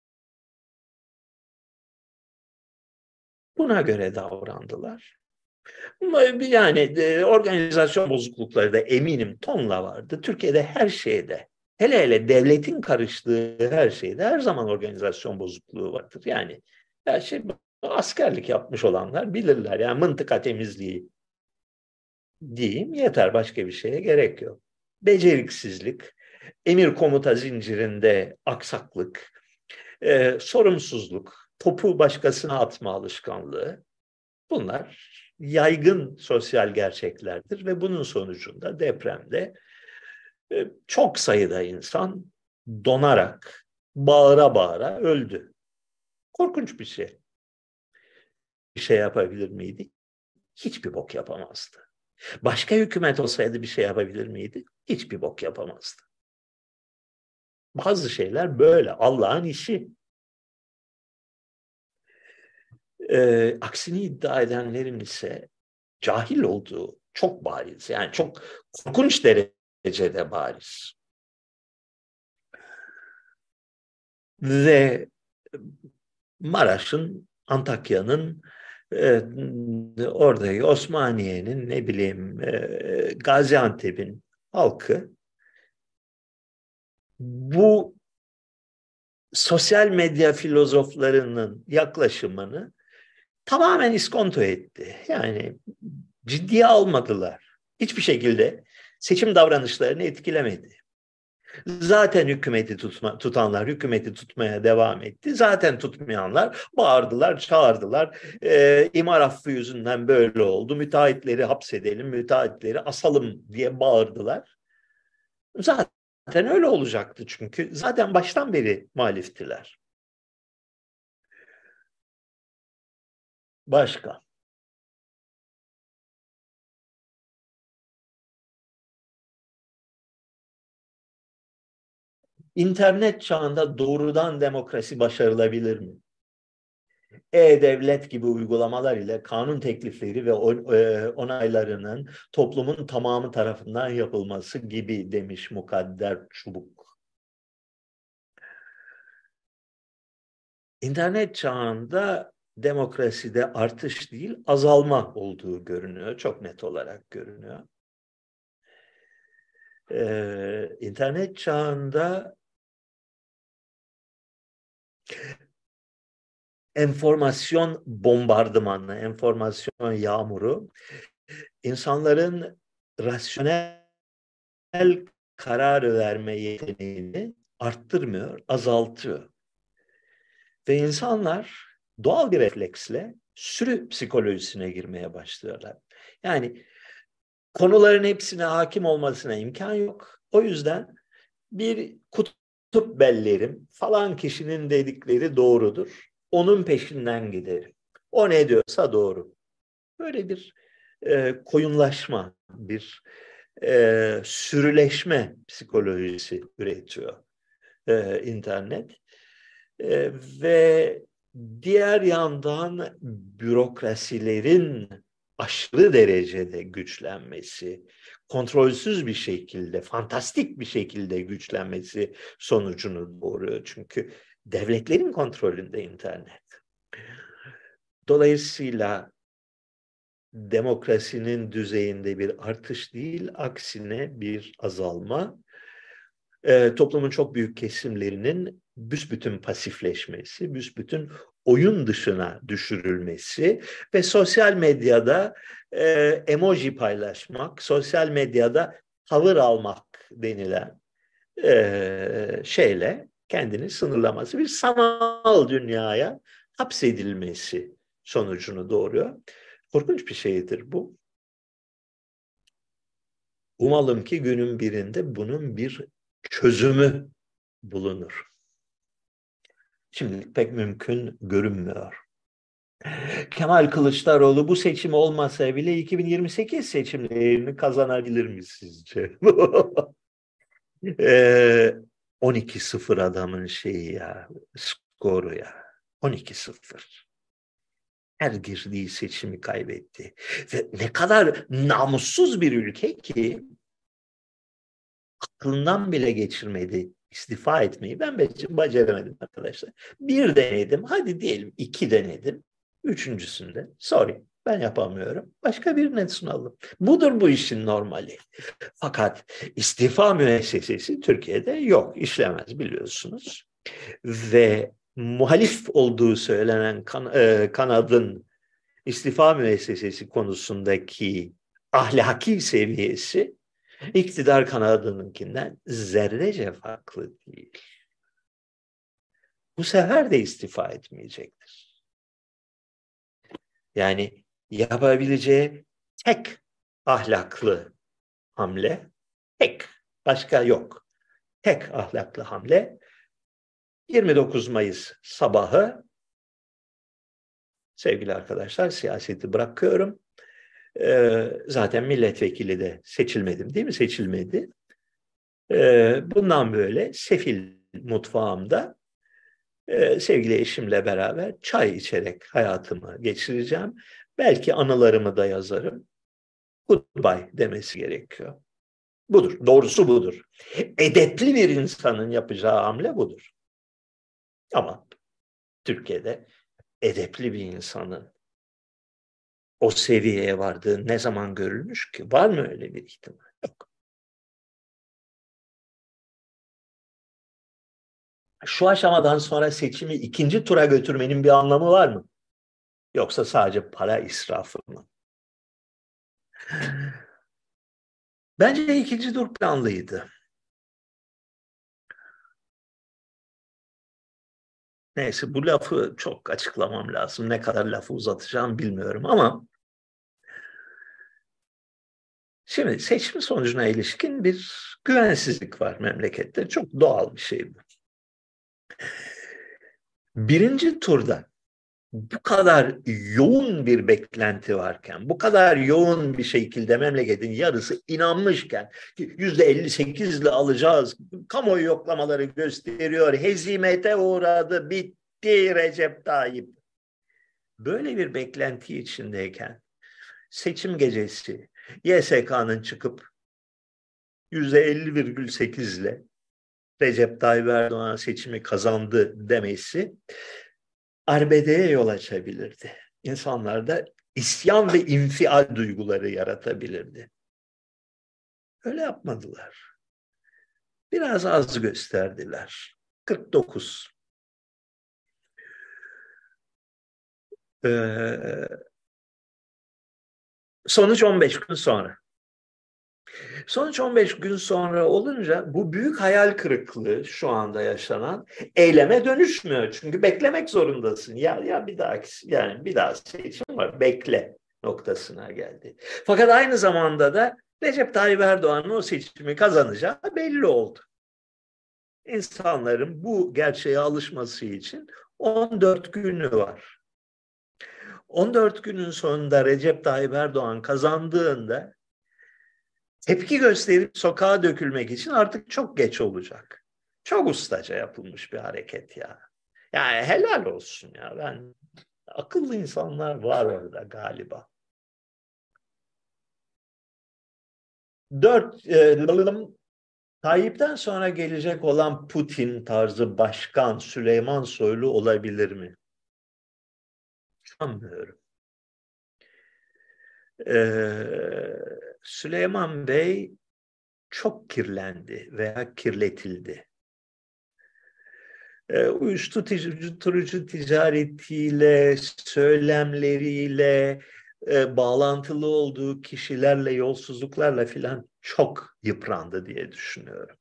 Buna göre davrandılar. Yani e, organizasyon bozuklukları da eminim tonla vardı. Türkiye'de her şeyde, hele hele devletin karıştığı her şeyde her zaman organizasyon bozukluğu vardır. Yani ya şey, askerlik yapmış olanlar bilirler. Yani mıntıka temizliği diyeyim yeter, başka bir şeye gerek yok. Beceriksizlik, emir komuta zincirinde aksaklık, e, sorumsuzluk, topu başkasına atma alışkanlığı. Bunlar yaygın sosyal gerçeklerdir ve bunun sonucunda depremde e, çok sayıda insan donarak, bağıra bağıra öldü. Korkunç bir şey. Bir şey yapabilir miydi? Hiçbir bok yapamazdı. Başka hükümet olsaydı bir şey yapabilir miydi? Hiçbir bok yapamazdı. Bazı şeyler böyle. Allah'ın işi. E, aksini iddia edenlerin ise cahil olduğu çok bariz. Yani çok korkunç derecede bariz. Ve Maraş'ın, Antakya'nın, e, oradaki Osmaniye'nin, ne bileyim e, Gaziantep'in halkı bu sosyal medya filozoflarının yaklaşımını tamamen iskonto etti. Yani ciddiye almadılar. Hiçbir şekilde seçim davranışlarını etkilemedi. Zaten hükümeti tutma, tutanlar hükümeti tutmaya devam etti. Zaten tutmayanlar bağırdılar, çağırdılar. E, imar affı yüzünden böyle oldu. Müteahhitleri hapsedelim, müteahhitleri asalım diye bağırdılar. Zaten öyle olacaktı çünkü. Zaten baştan beri muhaliftiler. Başka. İnternet çağında doğrudan demokrasi başarılabilir mi? E-Devlet gibi uygulamalar ile kanun teklifleri ve e, onaylarının toplumun tamamı tarafından yapılması gibi demiş Mukadder Çubuk. İnternet çağında demokraside artış değil, azalma olduğu görünüyor. Çok net olarak görünüyor. Ee, internet çağında enformasyon bombardımanı, enformasyon yağmuru insanların rasyonel karar verme yeteneğini arttırmıyor, azaltıyor. Ve insanlar doğal bir refleksle sürü psikolojisine girmeye başlıyorlar. Yani konuların hepsine hakim olmasına imkan yok. O yüzden bir kutup bellerim, falan kişinin dedikleri doğrudur. Onun peşinden giderim. O ne diyorsa doğru. Böyle bir e, koyunlaşma, bir e, sürüleşme psikolojisi üretiyor e, internet. E, ve diğer yandan bürokrasilerin aşırı derecede güçlenmesi, kontrolsüz bir şekilde, fantastik bir şekilde güçlenmesi sonucunu doğuruyor. Çünkü devletlerin kontrolünde internet. Dolayısıyla demokrasinin düzeyinde bir artış değil, aksine bir azalma. E, toplumun çok büyük kesimlerinin büsbütün pasifleşmesi, büsbütün oyun dışına düşürülmesi ve sosyal medyada e, emoji paylaşmak, sosyal medyada tavır almak denilen e, şeyle kendini sınırlaması, bir sanal dünyaya hapsedilmesi sonucunu doğuruyor. Korkunç bir şeydir bu. Umalım ki günün birinde bunun bir çözümü bulunur. Şimdilik pek mümkün görünmüyor. Kemal Kılıçdaroğlu bu seçim olmasa bile iki bin yirmi sekiz seçimlerini kazanabilir mi sizce? ee, on iki sıfır adamın şeyi ya, skoru ya. on iki sıfır. Her girdiği seçimi kaybetti. Ve ne kadar namussuz bir ülke ki aklından bile geçirmedi istifa etmeyi. Ben beceremedim arkadaşlar. Bir denedim, hadi diyelim iki denedim. Üçüncüsünde sorry ben yapamıyorum. Başka birine sunalım. Budur bu işin normali. Fakat istifa müessesesi Türkiye'de yok, işlemez biliyorsunuz. Ve muhalif olduğu söylenen kan, e, kanadın istifa müessesesi konusundaki ahlaki seviyesi İktidar kanadınınkinden zerrece farklı değil. Bu sefer de istifa etmeyecektir. Yani yapabileceği tek ahlaklı hamle, tek, başka yok. Tek ahlaklı hamle yirmi dokuz Mayıs sabahı, sevgili arkadaşlar, siyaseti bırakıyorum. Ee, zaten milletvekili de seçilmedim değil mi? Seçilmedi. Ee, bundan böyle sefil mutfağımda Ee, sevgili eşimle beraber çay içerek hayatımı geçireceğim. Belki anılarımı da yazarım. Goodbye demesi gerekiyor. Budur. Doğrusu budur. Edepli bir insanın yapacağı hamle budur. Ama Türkiye'de edepli bir insanın o seviyeye vardığı ne zaman görülmüş ki? Var mı öyle bir ihtimal? Yok. Şu aşamadan sonra seçimi ikinci tura götürmenin bir anlamı var mı? Yoksa sadece para israfı mı? Bence ikinci tur planlıydı. Neyse bu lafı çok açıklamam lazım. Ne kadar lafı uzatacağım bilmiyorum ama şimdi seçim sonucuna ilişkin bir güvensizlik var memlekette. Çok doğal bir şey bu. Birinci turda bu kadar yoğun bir beklenti varken, bu kadar yoğun bir şekilde memleketin yarısı inanmışken yüzde elli sekiz ile alacağız, kamuoyu yoklamaları gösteriyor, hezimete uğradı, bitti Recep Tayyip. Böyle bir beklenti içindeyken seçim gecesi Y S K'nın çıkıp yüzde elli virgül sekiz ile Recep Tayyip Erdoğan seçimi kazandı demesi arbedeye yol açabilirdi. İnsanlarda isyan ve infial duyguları yaratabilirdi. Öyle yapmadılar. Biraz az gösterdiler. kırk dokuz. Ee, sonuç on beş gün sonra. Sonuç on beş gün sonra olunca bu büyük hayal kırıklığı şu anda yaşanan eyleme dönüşmüyor. Çünkü beklemek zorundasın. Ya ya bir daha yani bir daha seçim var. Bekle noktasına geldi. Fakat aynı zamanda da Recep Tayyip Erdoğan'ın o seçimi kazanacağı belli oldu. İnsanların bu gerçeğe alışması için on dört günü var. on dört günün sonunda Recep Tayyip Erdoğan kazandığında tepki gösterip sokağa dökülmek için artık çok geç olacak. Çok ustaca yapılmış bir hareket ya. Yani helal olsun ya. Ben akıllı insanlar var orada galiba. Dört, e, Tayyip'ten sonra gelecek olan Putin tarzı başkan Süleyman Soylu olabilir mi? Sanmıyorum. Ee, Süleyman Bey çok kirlendi veya kirletildi. Ee, uyuşturucu ticaretiyle, söylemleriyle, e, bağlantılı olduğu kişilerle, yolsuzluklarla filan çok yıprandı diye düşünüyorum.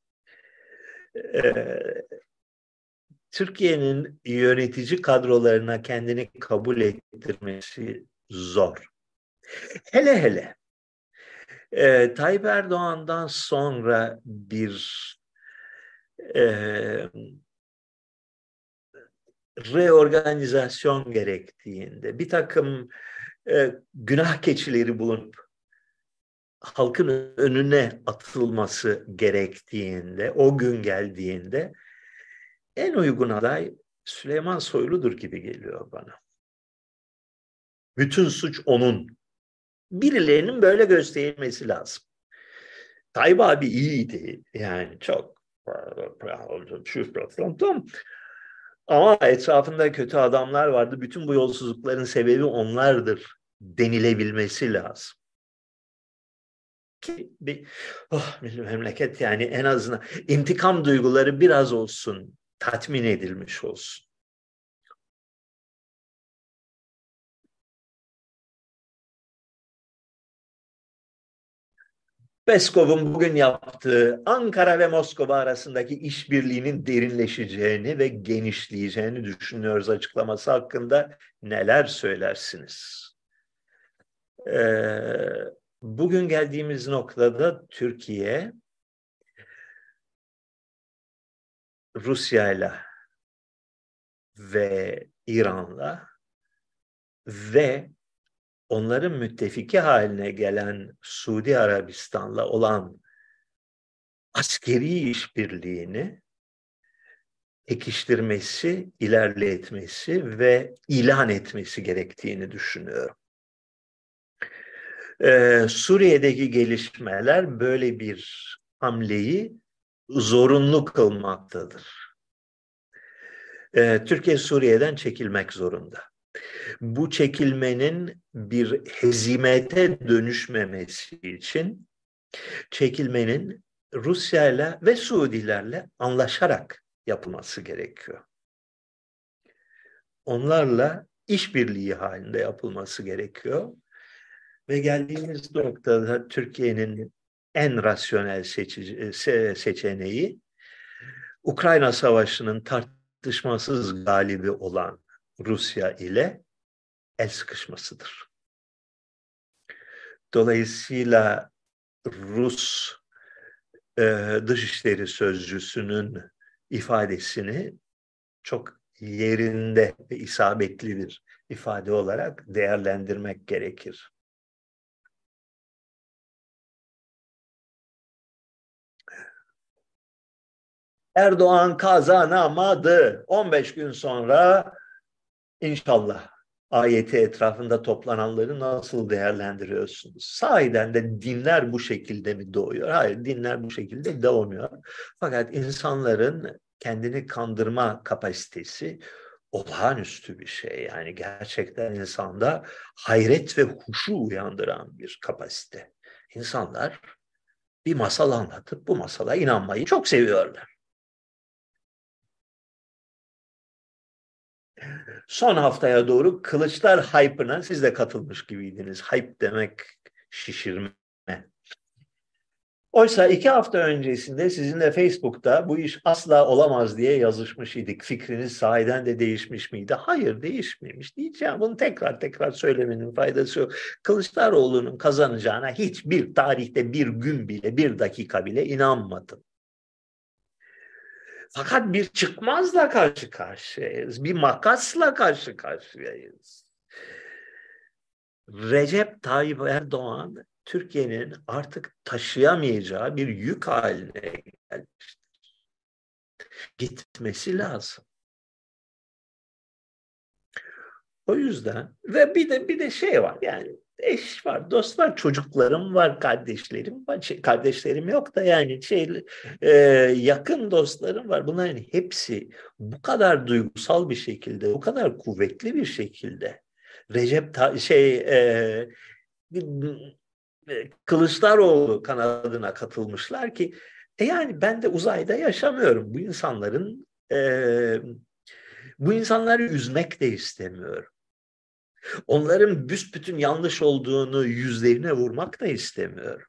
Ee, Türkiye'nin yönetici kadrolarına kendini kabul ettirmesi zor. Hele hele e, Tayyip Erdoğan'dan sonra bir e, reorganizasyon gerektiğinde, bir takım e, günah keçileri bulunup halkın önüne atılması gerektiğinde, o gün geldiğinde en uygun aday Süleyman Soylu'dur gibi geliyor bana. Bütün suç onun. Birilerinin böyle gösterilmesi lazım. Tayyip abi iyiydi. Yani çok ama etrafında kötü adamlar vardı. Bütün bu yolsuzlukların sebebi onlardır denilebilmesi lazım. Ki bir oh, memleket yani en azından intikam duyguları biraz olsun tatmin edilmiş olsun. Peskov'un bugün yaptığı Ankara ve Moskova arasındaki işbirliğinin derinleşeceğini ve genişleyeceğini düşünüyoruz açıklaması hakkında neler söylersiniz? Ee, bugün geldiğimiz noktada Türkiye Rusya'yla ve İran'la ve onların müttefiki haline gelen Suudi Arabistan'la olan askeri işbirliğini pekiştirmesi, ilerletmesi ve ilan etmesi gerektiğini düşünüyorum. Ee, Suriye'deki gelişmeler böyle bir hamleyi zorunlu kılmaktadır. Ee, Türkiye Suriye'den çekilmek zorunda. Bu çekilmenin bir hezimete dönüşmemesi için çekilmenin Rusya'yla ve Suudilerle anlaşarak yapılması gerekiyor. Onlarla işbirliği halinde yapılması gerekiyor. Ve geldiğimiz noktada Türkiye'nin en rasyonel seçici, seçeneği Ukrayna Savaşı'nın tartışmasız galibi olan Rusya ile el sıkışmasıdır. Dolayısıyla Rus e, Dışişleri Sözcüsü'nün ifadesini çok yerinde ve isabetli bir ifade olarak değerlendirmek gerekir. Erdoğan kazanamadı. on beş gün sonra inşallah ayeti etrafında toplananları nasıl değerlendiriyorsunuz? Sahiden de dinler bu şekilde mi doğuyor? Hayır, dinler bu şekilde doğmuyor. Fakat insanların kendini kandırma kapasitesi olağanüstü bir şey. Yani gerçekten insanda hayret ve huşu uyandıran bir kapasite. İnsanlar bir masal anlatıp bu masala inanmayı çok seviyorlar. Son haftaya doğru Kılıçlar hype'ına siz de katılmış gibiydiniz. Hype demek şişirme. Oysa iki hafta öncesinde sizinle Facebook'ta bu iş asla olamaz diye yazışmış idik. Fikriniz sahiden de değişmiş miydi? Hayır, değişmemiş. Diyeceğim, bunu tekrar tekrar söylemenin faydası yok. Kılıçdaroğlu'nun kazanacağına hiçbir tarihte bir gün bile, bir dakika bile inanmadım. Fakat bir çıkmazla karşı karşıyayız. Bir makasla karşı karşıyayız. Recep Tayyip Erdoğan Türkiye'nin artık taşıyamayacağı bir yük haline gelmiştir. Gitmesi lazım. O yüzden ve bir de bir de şey var, yani eş var, dost var, çocuklarım var, kardeşlerim var. Şey, kardeşlerim yok da yani şey e, yakın dostlarım var. Bunların hepsi bu kadar duygusal bir şekilde, bu kadar kuvvetli bir şekilde Recep Ta şey e, Kılıçdaroğlu kanadına katılmışlar ki e yani ben de uzayda yaşamıyorum. Bu insanların e, bu insanları üzmek de istemiyorum. Onların büsbütün yanlış olduğunu yüzlerine vurmak da istemiyorum.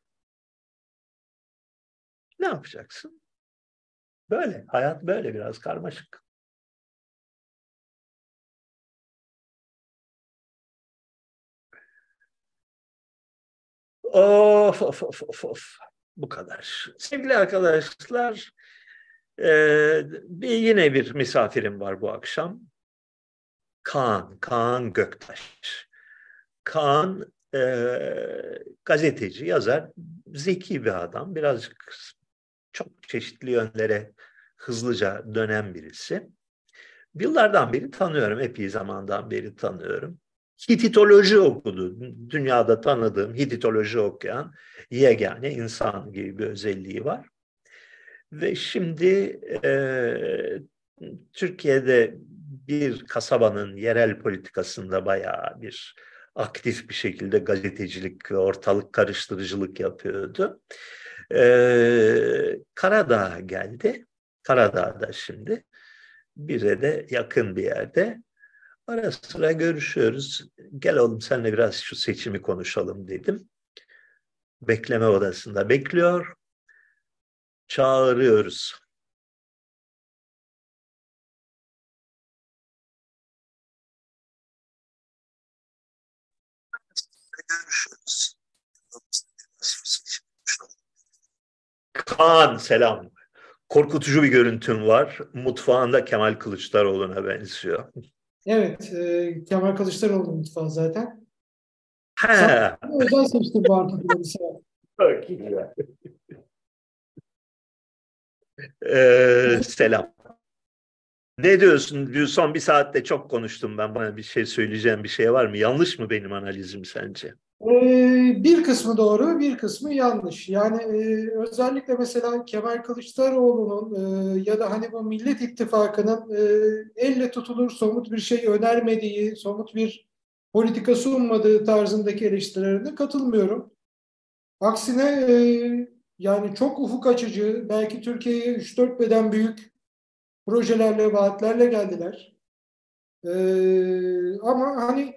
Ne yapacaksın? Böyle. Hayat böyle, biraz karmaşık. Of of of of of. Bu kadar. Sevgili arkadaşlar, e, bir, yine bir misafirim var bu akşam. Kaan, Kaan Göktaş. Kaan e, gazeteci, yazar, zeki bir adam. Birazcık çok çeşitli yönlere hızlıca dönen birisi. Yıllardan beri tanıyorum, epey zamandan beri tanıyorum. Hititoloji okudu. Dünyada tanıdığım Hititoloji okuyan yegane insan gibi bir özelliği var. Ve şimdi e, Türkiye'de bir kasabanın yerel politikasında bayağı bir aktif bir şekilde gazetecilik ve ortalık karıştırıcılık yapıyordu. E, Karadağ'a geldi. Karadağ'da şimdi. Bize de yakın bir yerde. Ara sıra görüşüyoruz. Gel oğlum seninle biraz şu seçimi konuşalım dedim. Bekleme odasında bekliyor. Çağırıyoruz. Görüşürüz. Kaan selam. Korkutucu bir görüntün var. Mutfağında Kemal Kılıçdaroğlu'na benziyor. Evet, e, Kemal Kılıçdaroğlu mutfağı zaten. Sadece He. özel seçtim bu arkadaşı. Çok güzel. Ee, selam. Ne diyorsun? Son bir saatte çok konuştum ben. Bana bir şey söyleyeceğim bir şey var mı? Yanlış mı benim analizim sence? Ee, bir kısmı doğru, bir kısmı yanlış. Yani e, özellikle mesela Kemal Kılıçdaroğlu'nun e, ya da hani bu Millet İttifakı'nın e, elle tutulur somut bir şey önermediği, somut bir politika sunmadığı tarzındaki eleştirilerine katılmıyorum. Aksine e, yani çok ufuk açıcı, belki Türkiye'ye üç dört beden büyük projelerle, vaatlerle geldiler. Ee, ama hani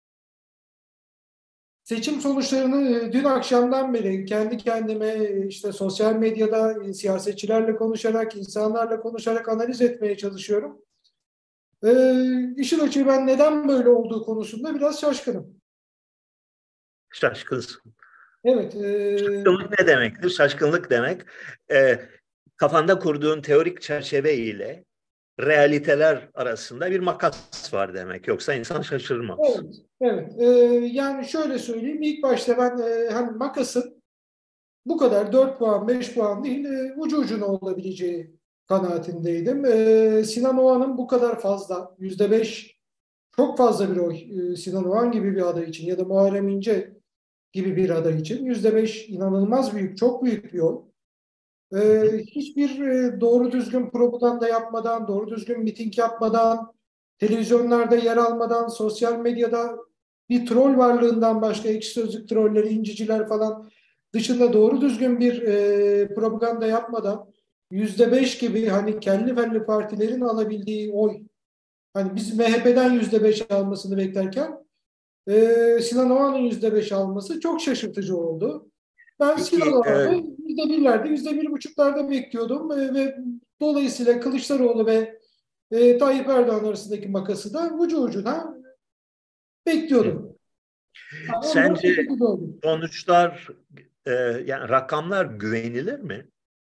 seçim sonuçlarını e, dün akşamdan beri kendi kendime e, işte sosyal medyada e, siyasetçilerle konuşarak, insanlarla konuşarak analiz etmeye çalışıyorum. Ee, işin açığı ben neden böyle olduğu konusunda biraz şaşkınım. Şaşkınsın. Evet, e, Şaşkınlık ne demektir? Şaşkınlık demek e, kafanda kurduğun teorik çerçeve ile realiteler arasında bir makas var demek. Yoksa insan şaşırmaz. evet, evet. Ee, yani şöyle söyleyeyim, ilk başta ben e, hani makasın bu kadar dört puan, beş puan değil, e, ucu ucuna olabileceği kanaatindeydim. E, Sinan Oğan'ın bu kadar fazla, yüzde beş çok fazla bir oy e, Sinan Oğan gibi bir aday için ya da Muharrem İnce gibi bir aday için. Yüzde beş inanılmaz büyük, çok büyük bir oy. E, hiçbir e, doğru düzgün propaganda yapmadan, doğru düzgün miting yapmadan, televizyonlarda yer almadan, sosyal medyada bir troll varlığından başka ekşi sözlük trolleri, inciciler falan dışında doğru düzgün bir e, propaganda yapmadan yüzde beş gibi hani kelli felli partilerin alabildiği oy, hani biz M H P'den yüzde beş almasını beklerken e, Sinan Oğan'ın yüzde beş alması çok şaşırtıcı oldu. Ben Sinan Peki Oğan'ı e, yüzde birlerde, yüzde bir buçuklarda bekliyordum e, ve dolayısıyla Kılıçdaroğlu ve e, Tayyip Erdoğan arasındaki makası da ucu ucuna hı, bekliyordum. Yani on dört sence on sekiz oldu. sonuçlar e, yani rakamlar güvenilir mi?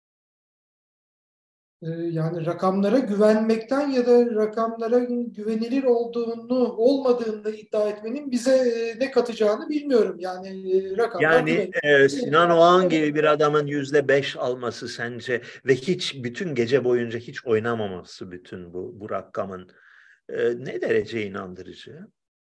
Ee, Yani rakamlara güvenmekten ya da rakamlara güvenilir olduğunu, olmadığını iddia etmenin bize e, ne katacağını bilmiyorum. Yani e, rakamlar Yani güvenilir. e, Sinan Oğan gibi bir adamın yüzde beş alması sence ve hiç bütün gece boyunca hiç oynamaması bütün bu bu rakamın e, ne derece inandırıcı?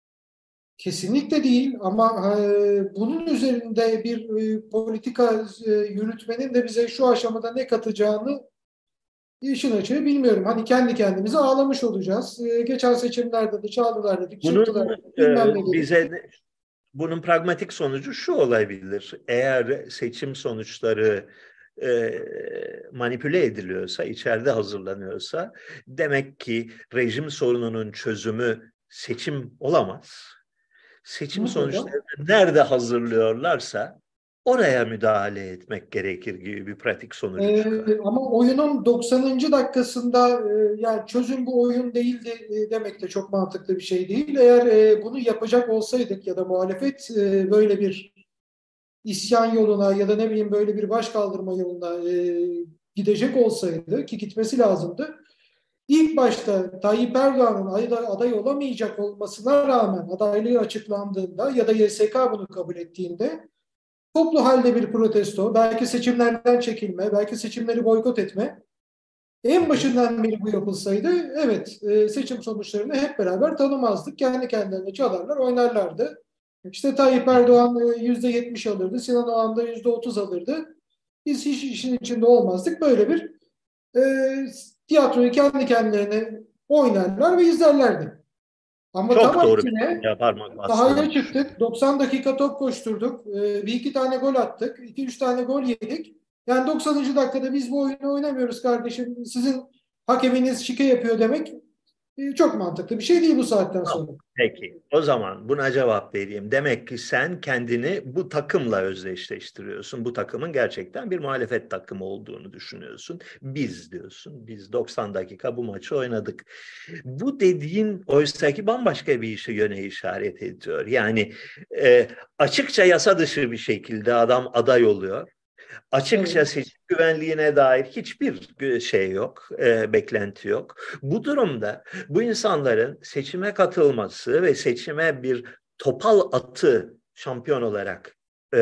Kesinlikle değil ama e, bunun üzerinde bir e, politika e, yürütmenin de bize şu aşamada ne katacağını işin açığı bilmiyorum. Hani kendi kendimize ağlamış olacağız. E, geçen seçimlerde de çaldılar dedik, çırptılar Bunun dedik, e, bilmem ne dedik. bize bunun pragmatik sonucu şu olabilir. Eğer seçim sonuçları e, manipüle ediliyorsa, içeride hazırlanıyorsa demek ki rejim sorununun çözümü seçim olamaz. Seçim Mutlaka. sonuçlarını nerede hazırlıyorlarsa oraya müdahale etmek gerekir gibi bir pratik sonucu çıkar. Ee, ama oyunun doksanıncı dakikasında e, yani çözüm bu oyun değildi e, demek de çok mantıklı bir şey değil. Eğer e, bunu yapacak olsaydık ya da muhalefet e, böyle bir isyan yoluna ya da ne bileyim böyle bir baş kaldırma yoluna e, gidecek olsaydı ki gitmesi lazımdı. İlk başta Tayyip Erdoğan'ın aday, aday olamayacak olmasına rağmen adaylığı açıklandığında ya da Y S K bunu kabul ettiğinde toplu halde bir protesto, belki seçimlerden çekilme, belki seçimleri boykot etme. Hı En hı. başından beri bu yapılsaydı, evet e, seçim sonuçlarını hep beraber tanımazdık. Kendi kendilerine çalarlar, oynarlardı. İşte Tayyip Erdoğan e, yüzde yetmiş alırdı, Sinan Oğan da yüzde otuz alırdı. Biz hiç işin içinde olmazdık. Böyle bir e, tiyatroyu kendi kendilerine oynarlar ve izlerlerdi. Ama tam Çok doğru bir aksine noktaya parmak sahaya bastığını çıktık. düşünüyorum. doksan dakika top koşturduk. Ee, bir iki tane gol attık. İki üç tane gol yedik. Yani doksanıncı dakikada biz bu oyunu oynamıyoruz kardeşim. Sizin hakeminiz şike yapıyor demek e, çok mantıklı bir şey değil bu saatten Tamam. sonra. Peki, o zaman buna cevap vereyim. Demek ki sen kendini bu takımla özdeşleştiriyorsun. Bu takımın gerçekten bir muhalefet takımı olduğunu düşünüyorsun. Biz diyorsun. Biz doksan dakika bu maçı oynadık. Bu dediğin oysaki bambaşka bir işe yöne işaret ediyor. Yani e, açıkça yasa dışı bir şekilde adam aday oluyor. Açıkça Evet. seçim güvenliğine dair hiçbir şey yok, e, beklenti yok. Bu durumda bu insanların seçime katılması ve seçime bir topal atı şampiyon olarak e,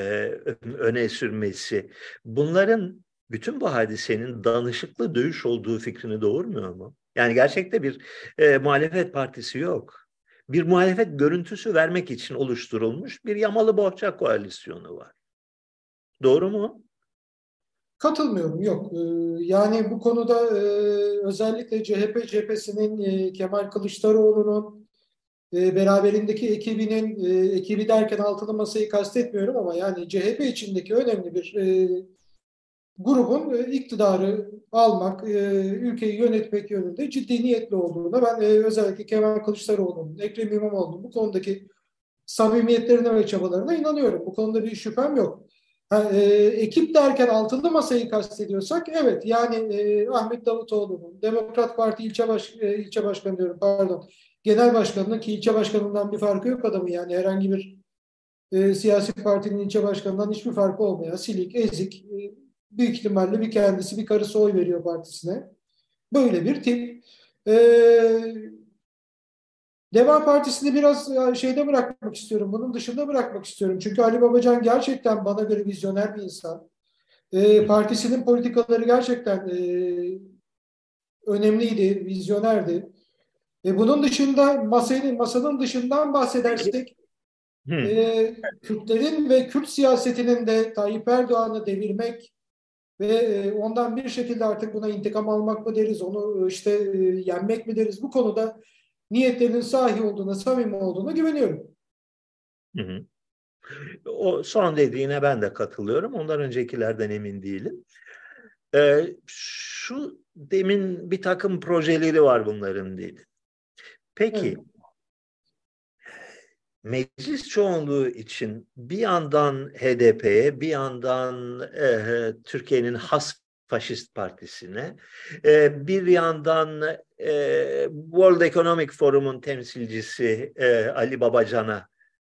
öne sürmesi, bunların bütün bu hadisenin danışıklı dövüş olduğu fikrini doğurmuyor mu? Yani gerçekte bir e, muhalefet partisi yok. Bir muhalefet görüntüsü vermek için oluşturulmuş bir yamalı bohça koalisyonu var. Doğru mu? Katılmıyorum, yok. Ee, yani bu konuda e, özellikle C H P cephesinin e, Kemal Kılıçdaroğlu'nun e, beraberindeki ekibinin e, ekibi derken altılı masayı kastetmiyorum ama yani C H P içindeki önemli bir e, grubun e, iktidarı almak, e, ülkeyi yönetmek yönünde ciddi niyetli olduğuna ben e, özellikle Kemal Kılıçdaroğlu'nun, Ekrem İmamoğlu'nun bu konudaki samimiyetlerine ve çabalarına inanıyorum. Bu konuda bir şüphem yok. Ha, e, ekip derken altılı masayı kastediyorsak evet yani e, Ahmet Davutoğlu'nun Demokrat Parti ilçe, baş, e, ilçe başkanı diyorum pardon genel başkanının ki ilçe başkanından bir farkı yok adamın yani herhangi bir e, siyasi partinin ilçe başkanından hiçbir farkı olmayan silik, ezik, e, büyük ihtimalle bir kendisi bir karısı oy veriyor partisine. Böyle bir tip. E, Deva Partisi'ni biraz e, şeyde bırakmak istiyorum. Bunun dışında bırakmak istiyorum. Çünkü Ali Babacan gerçekten bana göre vizyoner bir insan. E, partisinin politikaları gerçekten e, önemliydi, vizyonerdi. E, bunun dışında masanın, masanın dışından Peki. bahsedersek Hı. e, Kürtlerin ve Kürt siyasetinin de Tayyip Erdoğan'ı devirmek ve e, ondan bir şekilde artık buna intikam almak mı deriz, onu e, işte e, yenmek mi deriz? Bu konuda niyetlerinin sahi olduğuna, samimi olduğuna güveniyorum. Hı hı. O son dediğine ben de katılıyorum. Ondan öncekilerden emin değilim. Ee, şu demin bir takım projeleri var bunların dedi. Evet. Peki meclis çoğunluğu için bir yandan H D P'ye, bir yandan e, Türkiye'nin has faşist partisine, e, bir yandan e, World Economic Forum'un temsilcisi e, Ali Babacan'a,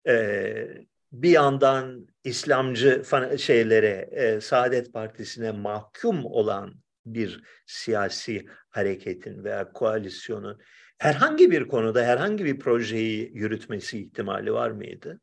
e, bir yandan İslamcı şeylere, e, Saadet Partisi'ne mahkum olan bir siyasi hareketin veya koalisyonun herhangi bir konuda herhangi bir projeyi yürütmesi ihtimali var mıydı?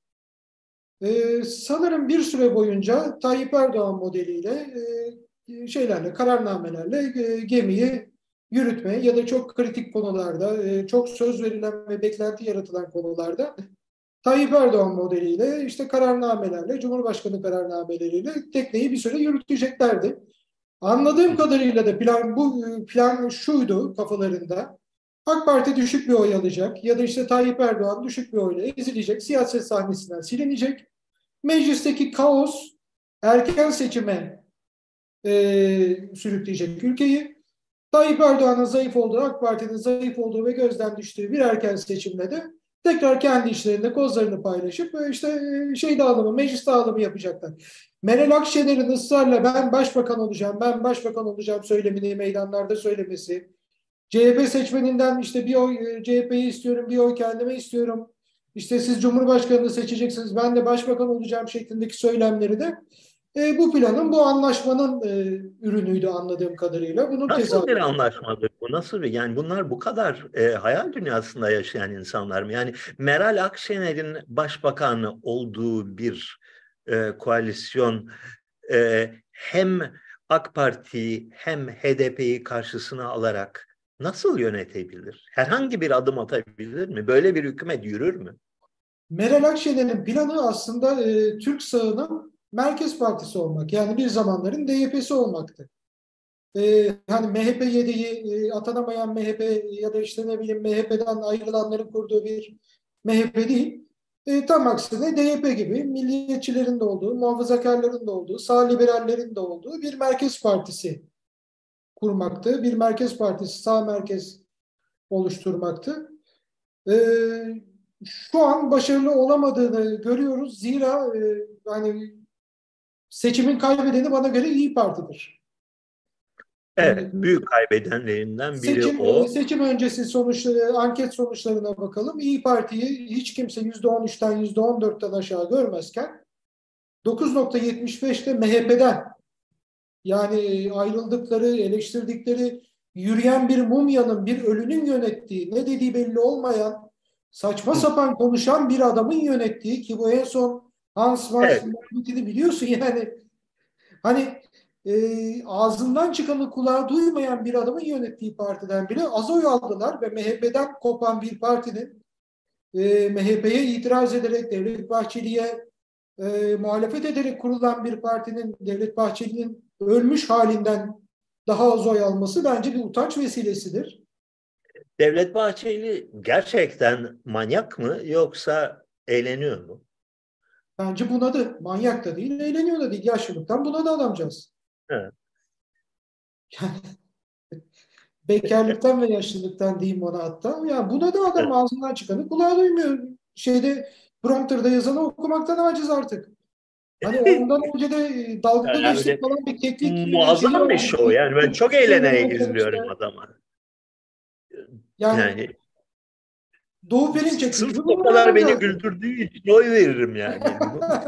Ee, sanırım bir süre boyunca Tayyip Erdoğan modeliyle e, şeylerle, kararnamelerle e, gemiyi yürütme ya da çok kritik konularda, e, çok söz verilen ve beklenti yaratılan konularda Tayyip Erdoğan modeliyle işte kararnamelerle, Cumhurbaşkanı kararnameleriyle tekneyi bir süre yürüteceklerdi. Anladığım kadarıyla da plan bu plan şuydu kafalarında. AK Parti düşük bir oy alacak ya da işte Tayyip Erdoğan düşük bir oyla ezilecek, siyaset sahnesinden silinecek. Meclisteki kaos erken seçime e, sürükleyecek ülkeyi. Tayyip Erdoğan'ın zayıf olduğu, AK Parti'nin zayıf olduğu ve gözden düştüğü bir erken seçimle de tekrar kendi işlerinde kozlarını paylaşıp işte şey dağılımı, meclis dağılımı yapacaklar. Meral Akşener'in ısrarla ben başbakan olacağım, ben başbakan olacağım söylemini meydanlarda söylemesi, C H P seçmeninden işte bir oy C H P'yi istiyorum, bir oy kendime istiyorum, İşte siz Cumhurbaşkanını seçeceksiniz, ben de başbakan olacağım şeklindeki söylemleri de e, bu planın, bu anlaşmanın e, ürünüydü anladığım kadarıyla. Bunun Nasıl bir tezahürü. anlaşmadır bu? Nasıl bir, yani bunlar bu kadar e, hayal dünyasında yaşayan insanlar mı? Yani Meral Akşener'in başbakanı olduğu bir e, koalisyon e, hem AK Parti'yi hem H D P'yi karşısına alarak nasıl yönetebilir? Herhangi bir adım atabilir mi? Böyle bir hükümet yürür mü? Meral Akşener'in planı aslında e, Türk sağının Merkez Partisi olmak. Yani bir zamanların D Y P'si olmaktı. E, hani M H P yedeği, e, atanamayan M H P ya da işte ne bileyim M H P'den ayrılanların kurduğu bir M H P değil. E, tam aksine D Y P gibi milliyetçilerin de olduğu, muhafazakarların da olduğu, sağ liberallerin de olduğu bir merkez partisi kurmaktı. Bir merkez partisi, sağ merkez oluşturmaktı. E, Şu an başarılı olamadığını görüyoruz. Zira e, hani seçimin kaybedeni bana göre İyi Parti'dir. Evet, Yani büyük kaybedenlerinden biri seçim e, o. seçim öncesi sonuçları, anket sonuçlarına bakalım. İyi Parti'yi hiç kimse yüzde on üçten yüzde on dörtten aşağı görmezken dokuz nokta yetmiş beşte M H P'den, yani ayrıldıkları, eleştirdikleri, yürüyen bir mumyanın, bir ölünün yönettiği, ne dediği belli olmayan, saçma sapan konuşan bir adamın yönettiği, ki bu en son Hans Mars Evet, muhabbetini biliyorsun yani, hani e, ağzından çıkanı kulağı duymayan bir adamın yönettiği partiden bile az oy aldılar ve M H P'den kopan bir partinin e, M H P'ye itiraz ederek, Devlet Bahçeli'ye e, muhalefet ederek kurulan bir partinin Devlet Bahçeli'nin ölmüş halinden daha az oy alması bence bir utanç vesilesidir. Devlet Bahçeli gerçekten manyak mı yoksa eğleniyor mu? Bence bunadı. Manyak da değil, eğleniyor da değil. Yaşlılıktan bunadı adamcağız. Evet. Bekarlıktan ve yaşlılıktan diyeyim ona hatta. Ya bunadı adam, Evet. ağzından çıkanı kulağı duymuyor. Şeyde, prompterda yazanı okumaktan aciz artık. Hani ondan önce de e, dalga geçtik Yani falan bir keklik e, şeyi muazzam bir vardı. show. Yani ben çok eğlenerek Söylemeye çalıştı. izliyorum adamı. Yani Yani Doğu Perinçek gibi sırf o bunu kadar beni adamcağız. güldürdüğü için oy veririm yani.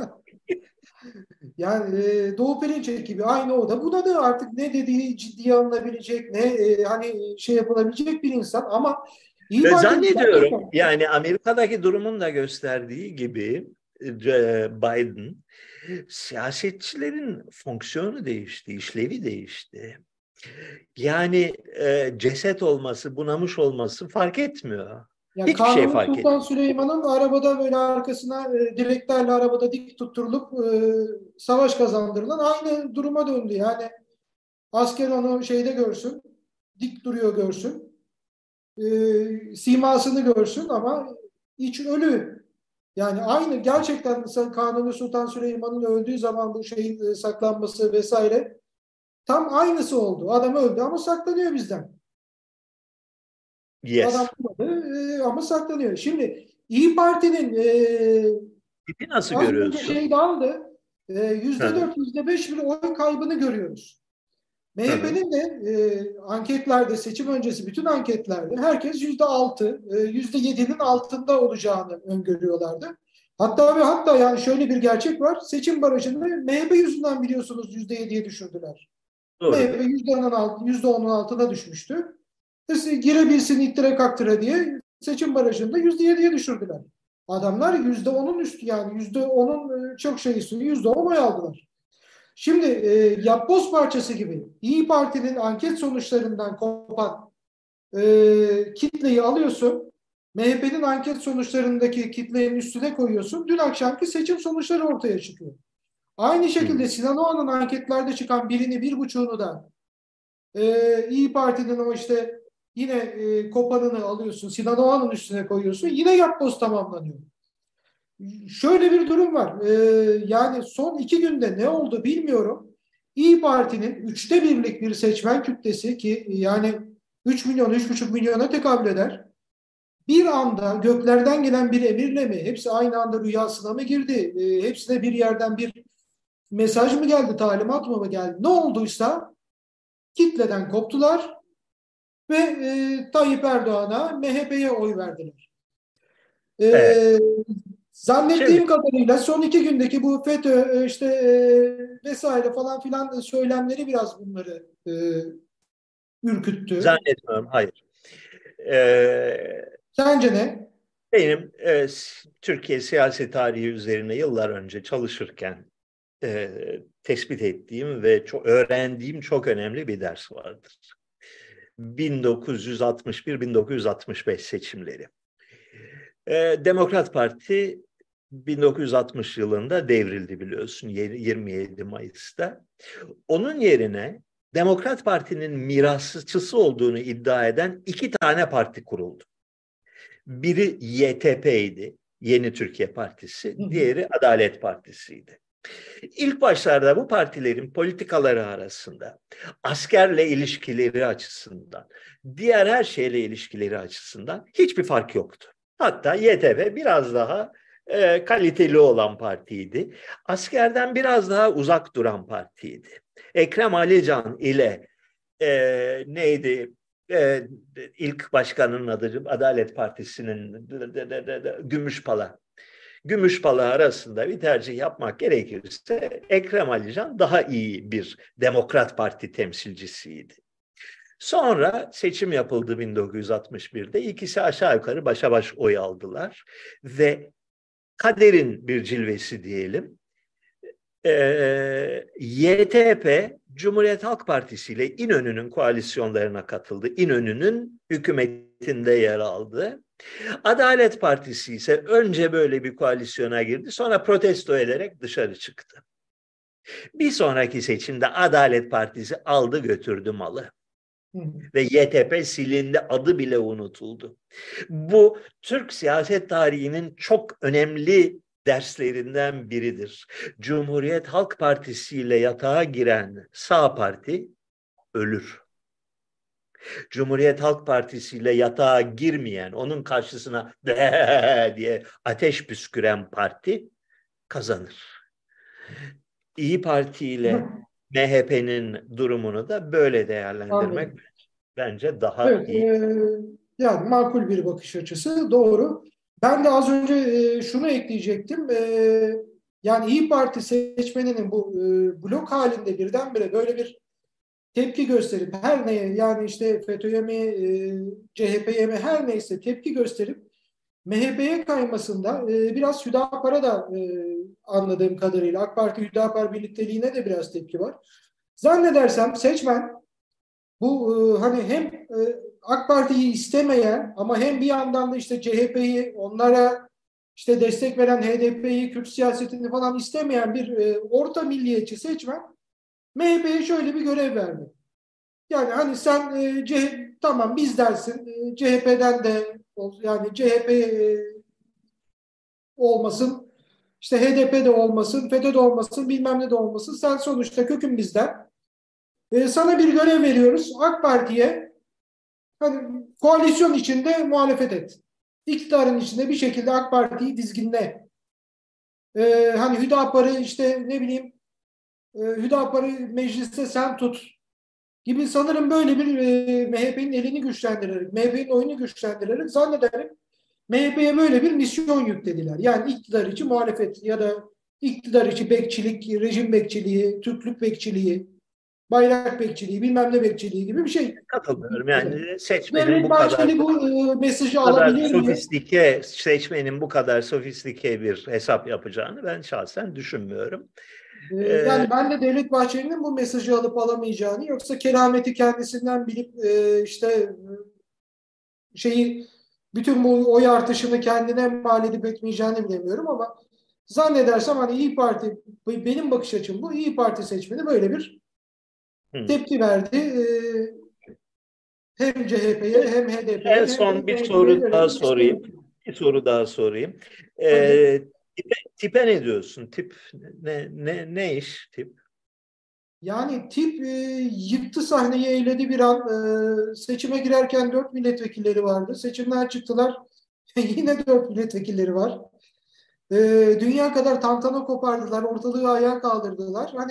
Yani e, Doğu Perinçek gibi aynı o da buna da artık ne dediği ciddiye alınabilecek, ne e, hani şey yapılabilecek bir insan, ama İyi Ve Parti'nin zannediyorum gerçekten, yani Amerika'daki durumun da gösterdiği gibi e, Biden, siyasetçilerin fonksiyonu değişti, işlevi değişti. Yani e, ceset olması, bunamış olması fark etmiyor. ya Hiçbir şey Kanuni fark Sultan etmiyor. Süleyman'ın arabada böyle arkasına e, direklerle arabada dik tutturulup e, savaş kazandırılan aynı duruma döndü. Yani asker onu şeyde görsün, dik duruyor görsün, e, simasını görsün ama iç ölü. Yani aynı gerçekten mesela Kanuni Sultan Süleyman'ın öldüğü zaman bu şeyin e, saklanması vesaire tam aynısı oldu. Adam öldü ama saklanıyor bizden. Adam Yes. bulmadı e, ama saklanıyor. Şimdi İyi Parti'nin Tipi nasıl az önce görüyorsun? şeyde aldı. Hı hı. yüzde dört, yüzde beş bir oy kaybını görüyoruz. Hı hı. M H P'nin de e, anketlerde, seçim öncesi bütün anketlerde herkes yüzde altı, e, yüzde yedinin altında olacağını öngörüyorlardı. Hatta ve hatta yani şöyle bir gerçek var. Seçim barajını M H P yüzünden biliyorsunuz yüzde yediye düşürdüler. M H P Doğrudur. yüzde onun altı, yüzde onun altına düşmüştü. İşte girebilsin ittire kaktıra diye seçim barajında yüzde yediye düşürdüler. Adamlar yüzde onun üstü yani yüzde onun çok şey üstü yüzde on oy aldılar. Şimdi e, yapboz parçası gibi İyi Parti'nin anket sonuçlarından kopan e, kitleyi alıyorsun. M H P'nin anket sonuçlarındaki kitlenin üstüne koyuyorsun. Dün akşamki seçim sonuçları ortaya çıkıyor. Aynı Hı. şekilde Sinan Oğan'ın anketlerde çıkan birini bir buçuğunu da e, İyi Parti'nin o işte yine e, kopanını alıyorsun. Sinan Oğan'ın üstüne koyuyorsun. Yine yapboz tamamlanıyor. Şöyle bir durum var. Ee, yani son iki günde ne oldu bilmiyorum. İyi Parti'nin üçte birlik bir seçmen kütlesi ki yani üç milyon, üç buçuk milyona tekabül eder. Bir anda göklerden gelen bir emirle mi? Hepsi aynı anda rüyasına mı girdi? Ee, hepsine bir yerden bir mesaj mı geldi, talimat mı geldi? Ne olduysa kitleden koptular ve e, Tayyip Erdoğan'a, M H P'ye oy verdiler. Evet. Ee, Şimdi Zannettiğim kadarıyla son iki gündeki bu FETÖ işte e, vesaire falan filan söylemleri biraz bunları e, ürküttü. zannetmiyorum. Hayır. Ee, Sence ne? benim e, s- Türkiye siyasi tarihi üzerine yıllar önce çalışırken e, tespit ettiğim ve çok öğrendiğim çok önemli bir ders vardır. bin dokuz yüz altmış bir bin dokuz yüz altmış beş seçimleri. E, Demokrat Parti bin dokuz yüz altmış yılında devrildi biliyorsun yirmi yedi Mayıs'ta. Onun yerine Demokrat Parti'nin mirasçısı olduğunu iddia eden iki tane parti kuruldu. Biri Y T P'ydi, Yeni Türkiye Partisi, Hı hı. diğeri Adalet Partisi'ydi. İlk başlarda bu partilerin politikaları arasında, askerle ilişkileri açısından, diğer her şeyle ilişkileri açısından hiçbir fark yoktu. Hatta Y T P biraz daha e, kaliteli olan partiydi. Askerden biraz daha uzak duran partiydi. Ekrem Ali-Can ile e, neydi? E, ilk başkanın adı Adalet Partisi'nin Gümüşpala. Gümüşpala arasında bir tercih yapmak gerekirse Ekrem Ali-Can daha iyi bir Demokrat Parti temsilcisiydi. Sonra seçim yapıldı bin dokuz yüz altmış birde. İkisi aşağı yukarı başa baş oy aldılar ve kaderin bir cilvesi diyelim. Ee, Y T P Cumhuriyet Halk Partisi ile İnönü'nün koalisyonlarına katıldı. İnönü'nün hükümetinde yer aldı. Adalet Partisi ise önce böyle bir koalisyona girdi, sonra protesto ederek dışarı çıktı. Bir sonraki seçimde Adalet Partisi aldı götürdü malı. Hı hı. Ve Y T P silindi, adı bile unutuldu. Bu Türk siyaset tarihinin çok önemli derslerinden biridir. Cumhuriyet Halk Partisi ile yatağa giren sağ parti ölür. Cumhuriyet Halk Partisi ile yatağa girmeyen, onun karşısına diye ateş püsküren parti kazanır. İyi Parti ile M H P'nin durumunu da böyle değerlendirmek Anladım. bence daha Evet, iyi. e, yani makul bir bakış açısı, doğru. Ben de az önce e, şunu ekleyecektim. E, yani İyi Parti seçmeninin bu e, blok halinde birdenbire böyle bir tepki gösterip her neye yani işte FETÖ'ye mi, e, C H P'ye mi her neyse tepki gösterip M H P'ye kaymasında e, biraz Hüdapar'a da e, anladığım kadarıyla AK Parti Hüdapar birlikteliğine de biraz tepki var. Zannedersem seçmen bu e, hani hem e, AK Parti'yi istemeyen ama hem bir yandan da işte C H P'yi onlara işte destek veren H D P'yi, Kürt siyasetini falan istemeyen bir e, orta milliyetçi seçmen M H P'ye şöyle bir görev verdi. Yani hani sen e, C H P, tamam biz dersin e, C H P'den de yani C H P e, olmasın işte H D P de olmasın FETÖ de olmasın bilmem ne de olmasın sen sonuçta kökün bizden. E, sana bir görev veriyoruz AK Parti'ye hani koalisyon içinde muhalefet et. iktidarın içinde bir şekilde AK Parti'yi dizginle. Ee, hani Hüdapar'ı işte ne bileyim e, Hüdapar'ı mecliste sen tut gibi sanırım böyle bir e, M H P'nin elini güçlendirerek, M H P'nin oyunu güçlendirerek zannederim M H P'ye böyle bir misyon yüklediler. Yani iktidar içi muhalefet ya da iktidar içi bekçilik, rejim bekçiliği, Türklük bekçiliği, bayrak bekçiliği, bilmem ne bekçiliği gibi bir şey. Katılmıyorum. Yani seçmenin Devlet bu kadar Bahçeli bu e, mesajı bu kadar alabilir mi? sofistike, seçmenin bu kadar sofistike bir hesap yapacağını ben şahsen düşünmüyorum. E, Ee, yani ben de Devlet Bahçeli'nin bu mesajı alıp alamayacağını, yoksa kerameti kendisinden bilip e, işte şeyi bütün bu oy artışını kendine mal edip etmeyeceğini bilemiyorum, ama zannedersem hani İyi Parti, benim bakış açım bu, İyi Parti seçmeni böyle bir hı. tepki verdi. E, hem C H P'ye hem H D P'ye En hem de son bir M H P'ye soru daha yönelik sorayım. bir Bir soru daha sorayım. tabii. Ee, tipe, tipe ne diyorsun? Tip ne ne ne iş tip? Yani tip e, yıktı sahneyi, eyledi bir an. E, seçime girerken dört milletvekilleri vardı. Seçimden çıktılar. Yine dört milletvekilleri var. E, dünya kadar tantana kopardılar. Ortalığı ayağa kaldırdılar. Hani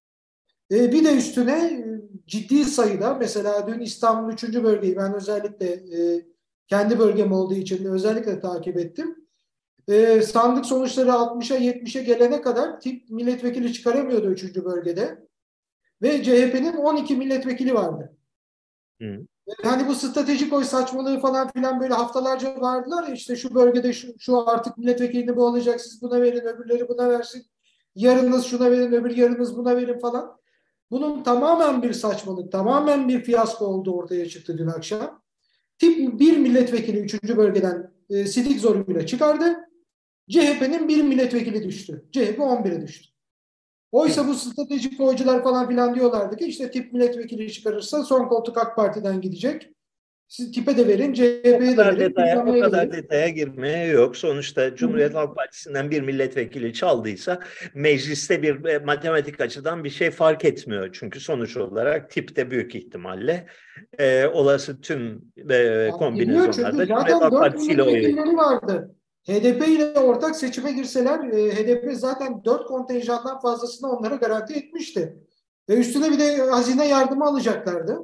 e, bir de üstüne e, ciddi sayıda, mesela dün İstanbul üçüncü bölgeyi ben özellikle e, kendi bölgem olduğu için özellikle takip ettim. E, sandık sonuçları altmışa yetmişe gelene kadar tip milletvekili çıkaramıyordu üçüncü bölgede. Ve C H P'nin on iki milletvekili vardı. Hı. Hani bu stratejik oy saçmalığı falan filan böyle haftalarca vardılar ya, işte şu bölgede şu, şu artık milletvekilini bu alacak, siz buna verin, öbürleri buna versin. Yarınız şuna verin, öbür yarınız buna verin falan. Bunun tamamen bir saçmalık, tamamen bir fiyasko olduğu ortaya çıktı dün akşam. Tip bir milletvekili üçüncü bölgeden e, sidik zoruyla çıkardı. C H P'nin bir milletvekili düştü. C H P on bire düştü. Oysa bu stratejik oyuncular falan filan diyorlardı ki işte tip milletvekili çıkarırsa son koltuk AK Parti'den gidecek. Siz tipe de verin, O C H P'ye de kadar verin, detaya, bilmem o neye de kadar verin. detaya girmeye yok. Sonuçta Hı hı. Cumhuriyet Halk Partisi'nden bir milletvekili çaldıysa mecliste bir e, matematik açıdan bir şey fark etmiyor. Çünkü sonuç olarak tipte büyük ihtimalle e, olası tüm e, Yani geliyor çünkü kombinezonlarda Cumhuriyet zaten Halk dört Partisi ile oy veriyor. milletvekilleri vardı. H D P ile ortak seçime girseler e, H D P zaten dört kontenjandan fazlasını onlara garanti etmişti. Ve üstüne bir de hazine yardımı alacaklardı.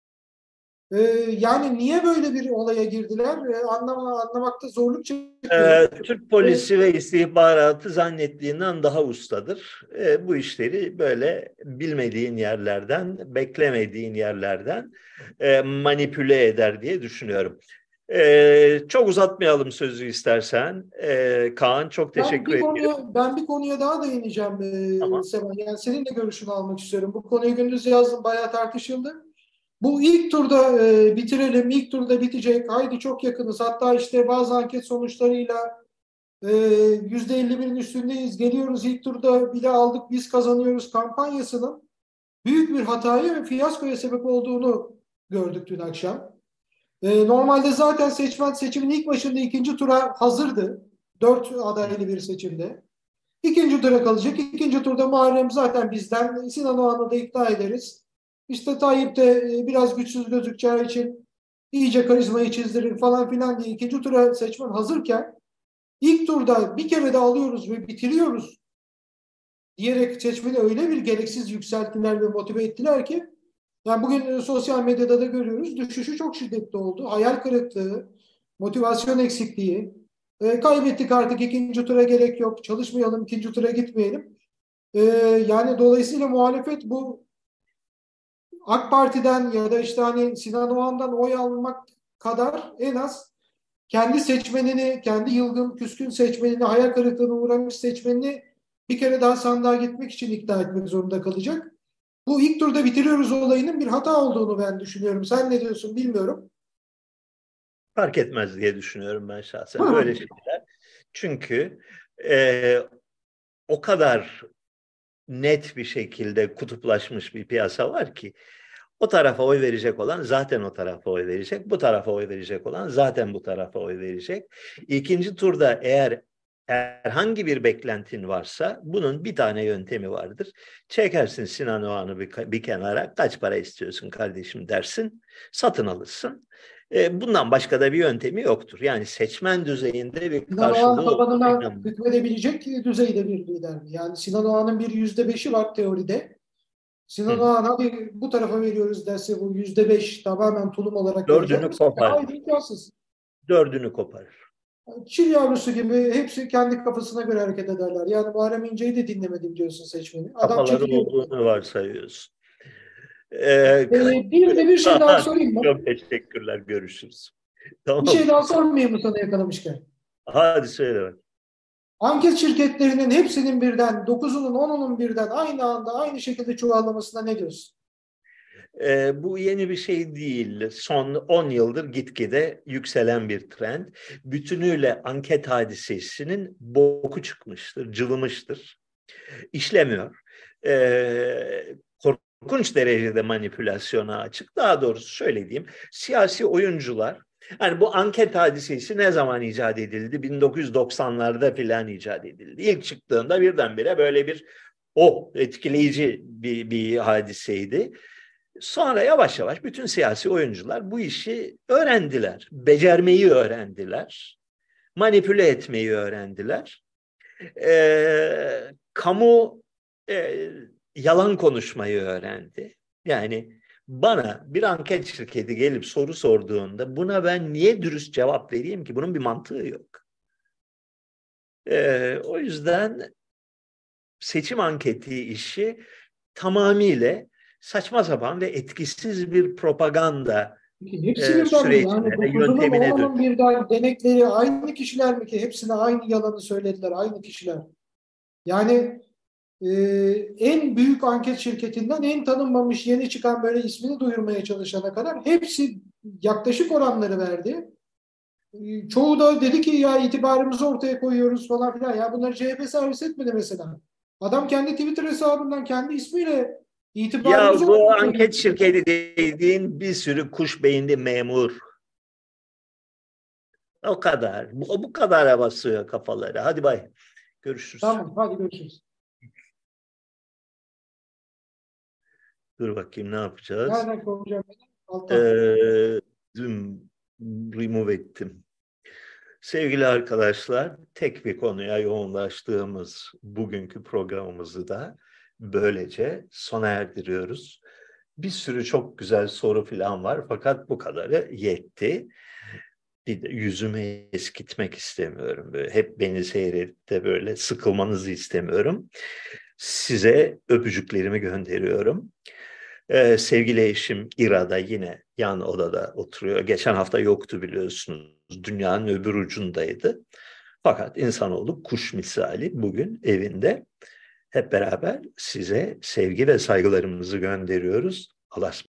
E, yani niye böyle bir olaya girdiler e, anlama, anlamakta zorluk çekiyorum. Ee, Türk polisi ve istihbaratı zannettiğinden daha ustadır. Ee, bu işleri böyle bilmediğin yerlerden, beklemediğin yerlerden e, manipüle eder diye düşünüyorum. Ee, çok uzatmayalım sözü istersen. Ee, Kaan, çok Ben teşekkür bir ederim. konuya ben bir konuya daha değineceğim e, Tamam. Sevan. Yani senin de görüşünü almak istiyorum. Bu konuyu gündüz yazdım, bayağı tartışıldı. Bu ilk turda e, bitirelim, ilk turda bitecek. Haydi çok yakınız. Hatta işte bazı anket sonuçlarıyla e, yüzde elli birin üstündeyiz. Geliyoruz ilk turda bile aldık, biz kazanıyoruz kampanyasının büyük bir hataya ve fiyaskoya sebep olduğunu gördük dün akşam. E, normalde zaten seçmen seçimin ilk başında ikinci tura hazırdı. Dört adaylı bir seçimde. İkinci tura kalacak. İkinci turda Muharrem zaten bizden. Sinan Oğan'ı da ikna ederiz. İşte Tayyip de e, biraz güçsüz gözükeceği için iyice karizmayı çizdirir falan filan diye ikinci tura seçmen hazırken ilk turda bir kere de alıyoruz ve bitiriyoruz diyerek seçmeni öyle bir gereksiz yükselttiler ve motive ettiler ki yani bugün e, sosyal medyada da görüyoruz, düşüşü çok şiddetli oldu. Hayal kırıklığı, motivasyon eksikliği, e, kaybettik artık ikinci tura gerek yok, çalışmayalım, ikinci tura gitmeyelim. E, yani dolayısıyla muhalefet bu AK Parti'den ya da işte hani Sinan Oğan'dan oy almak kadar en az kendi seçmenini, kendi yılgın, küskün seçmenini, hayal kırıklığına uğramış seçmenini bir kere daha sandığa gitmek için ikna etmek zorunda kalacak. Bu ilk turda bitiriyoruz olayının bir hata olduğunu ben düşünüyorum. Sen ne diyorsun bilmiyorum. Fark etmez diye düşünüyorum ben şahsen. Böyle şeyler. Çünkü e, o kadar net bir şekilde kutuplaşmış bir piyasa var ki o tarafa oy verecek olan zaten o tarafa oy verecek. Bu tarafa oy verecek olan zaten bu tarafa oy verecek. İkinci turda eğer herhangi bir beklentin varsa bunun bir tane yöntemi vardır. Çekersin Sinan Oğan'ı bir, bir kenara, kaç para istiyorsun kardeşim dersin, satın alırsın. E, bundan başka da bir yöntemi yoktur. Yani seçmen düzeyinde bir Sinan Oğan karşılığı tabanına olmayan. hükmedebilecek düzeyde bir lider mi? Yani Sinan Oğan'ın bir yüzde beşi var teoride. Sinan Hı. Oğan hadi bu tarafa veriyoruz derse bu yüzde beş tamamen tulum olarak verecek Dördünü mi? koparır. Hayır, imkansız. Dördünü koparır. Çil yavrusu gibi hepsi kendi kafasına göre hareket ederler. Yani Muharrem İnce'yi de dinlemedim diyorsun seçmeni. Adam Kafaları çekiliyor. olduğunu varsayıyorsun. Ee, Ee, bir de bir şey daha sorayım mı? Çok teşekkürler. Görüşürüz. Bir şey Tamam. daha sormayayım mı sana yakalamışken? Hadi söyle bak. Anket şirketlerinin hepsinin birden, dokuzunun, onunun birden aynı anda aynı şekilde çuvallamasına ne diyorsun? Ee, bu yeni bir şey değil. Son on yıldır gitgide yükselen bir trend. Bütünüyle anket hadisesinin boku çıkmıştır, cıvımıştır. İşlemiyor. Ee, korkunç derecede manipülasyona açık. Daha doğrusu şöyle diyeyim. Siyasi oyuncular, hani bu anket hadisesi ne zaman icat edildi? bin dokuz yüz doksanlarda filan icat edildi. İlk çıktığında birdenbire böyle bir o etkileyici bir, bir hadiseydi. Sonra yavaş yavaş bütün siyasi oyuncular bu işi öğrendiler. Becermeyi öğrendiler. Manipüle etmeyi öğrendiler. Ee, kamu e, yalan konuşmayı öğrendi. Yani bana bir anket şirketi gelip soru sorduğunda buna ben niye dürüst cevap vereyim ki? Bunun bir mantığı yok. Ee, o yüzden seçim anketi işi tamamıyla saçma sapan ve etkisiz bir propaganda Peki, hepsi e, birden mi? Yani sürecine, dokuzunun, yöntemine onunun dönüştü. birden denekleri aynı kişiler mi ki? Hepsine aynı yalanı söylediler, aynı kişiler. Yani e, en büyük anket şirketinden en tanınmamış yeni çıkan böyle ismini duyurmaya çalışana kadar hepsi yaklaşık oranları verdi. E, çoğu da dedi ki ya itibarımızı ortaya koyuyoruz falan filan. Ya bunları C H P servis etmedi mesela. Adam kendi Twitter hesabından kendi ismiyle itibarımızı Ya bu ortaya anket koyuyoruz. şirketi dediğin bir sürü kuş beyinli memur. O kadar. Bu, bu kadar basıyor kafaları. Hadi bay. Görüşürüz. Tamam, hadi görüşürüz. Dur bakayım ne yapacağız? Nereden kovacağım beni? Alttan. Ee, dün remove ettim. Sevgili arkadaşlar, tek bir konuya yoğunlaştığımız bugünkü programımızı da böylece sona erdiriyoruz. Bir sürü çok güzel soru falan var fakat bu kadarı yetti. Bir de yüzümü eskitmek istemiyorum. Böyle hep beni seyredip de böyle sıkılmanızı istemiyorum. Size öpücüklerimi gönderiyorum. Ee, sevgili eşim İra da yine yan odada oturuyor. Geçen hafta yoktu biliyorsunuz. Dünyanın öbür ucundaydı. Fakat insanoğlu kuş misali bugün evinde. Hep beraber size sevgi ve saygılarımızı gönderiyoruz. Allah'a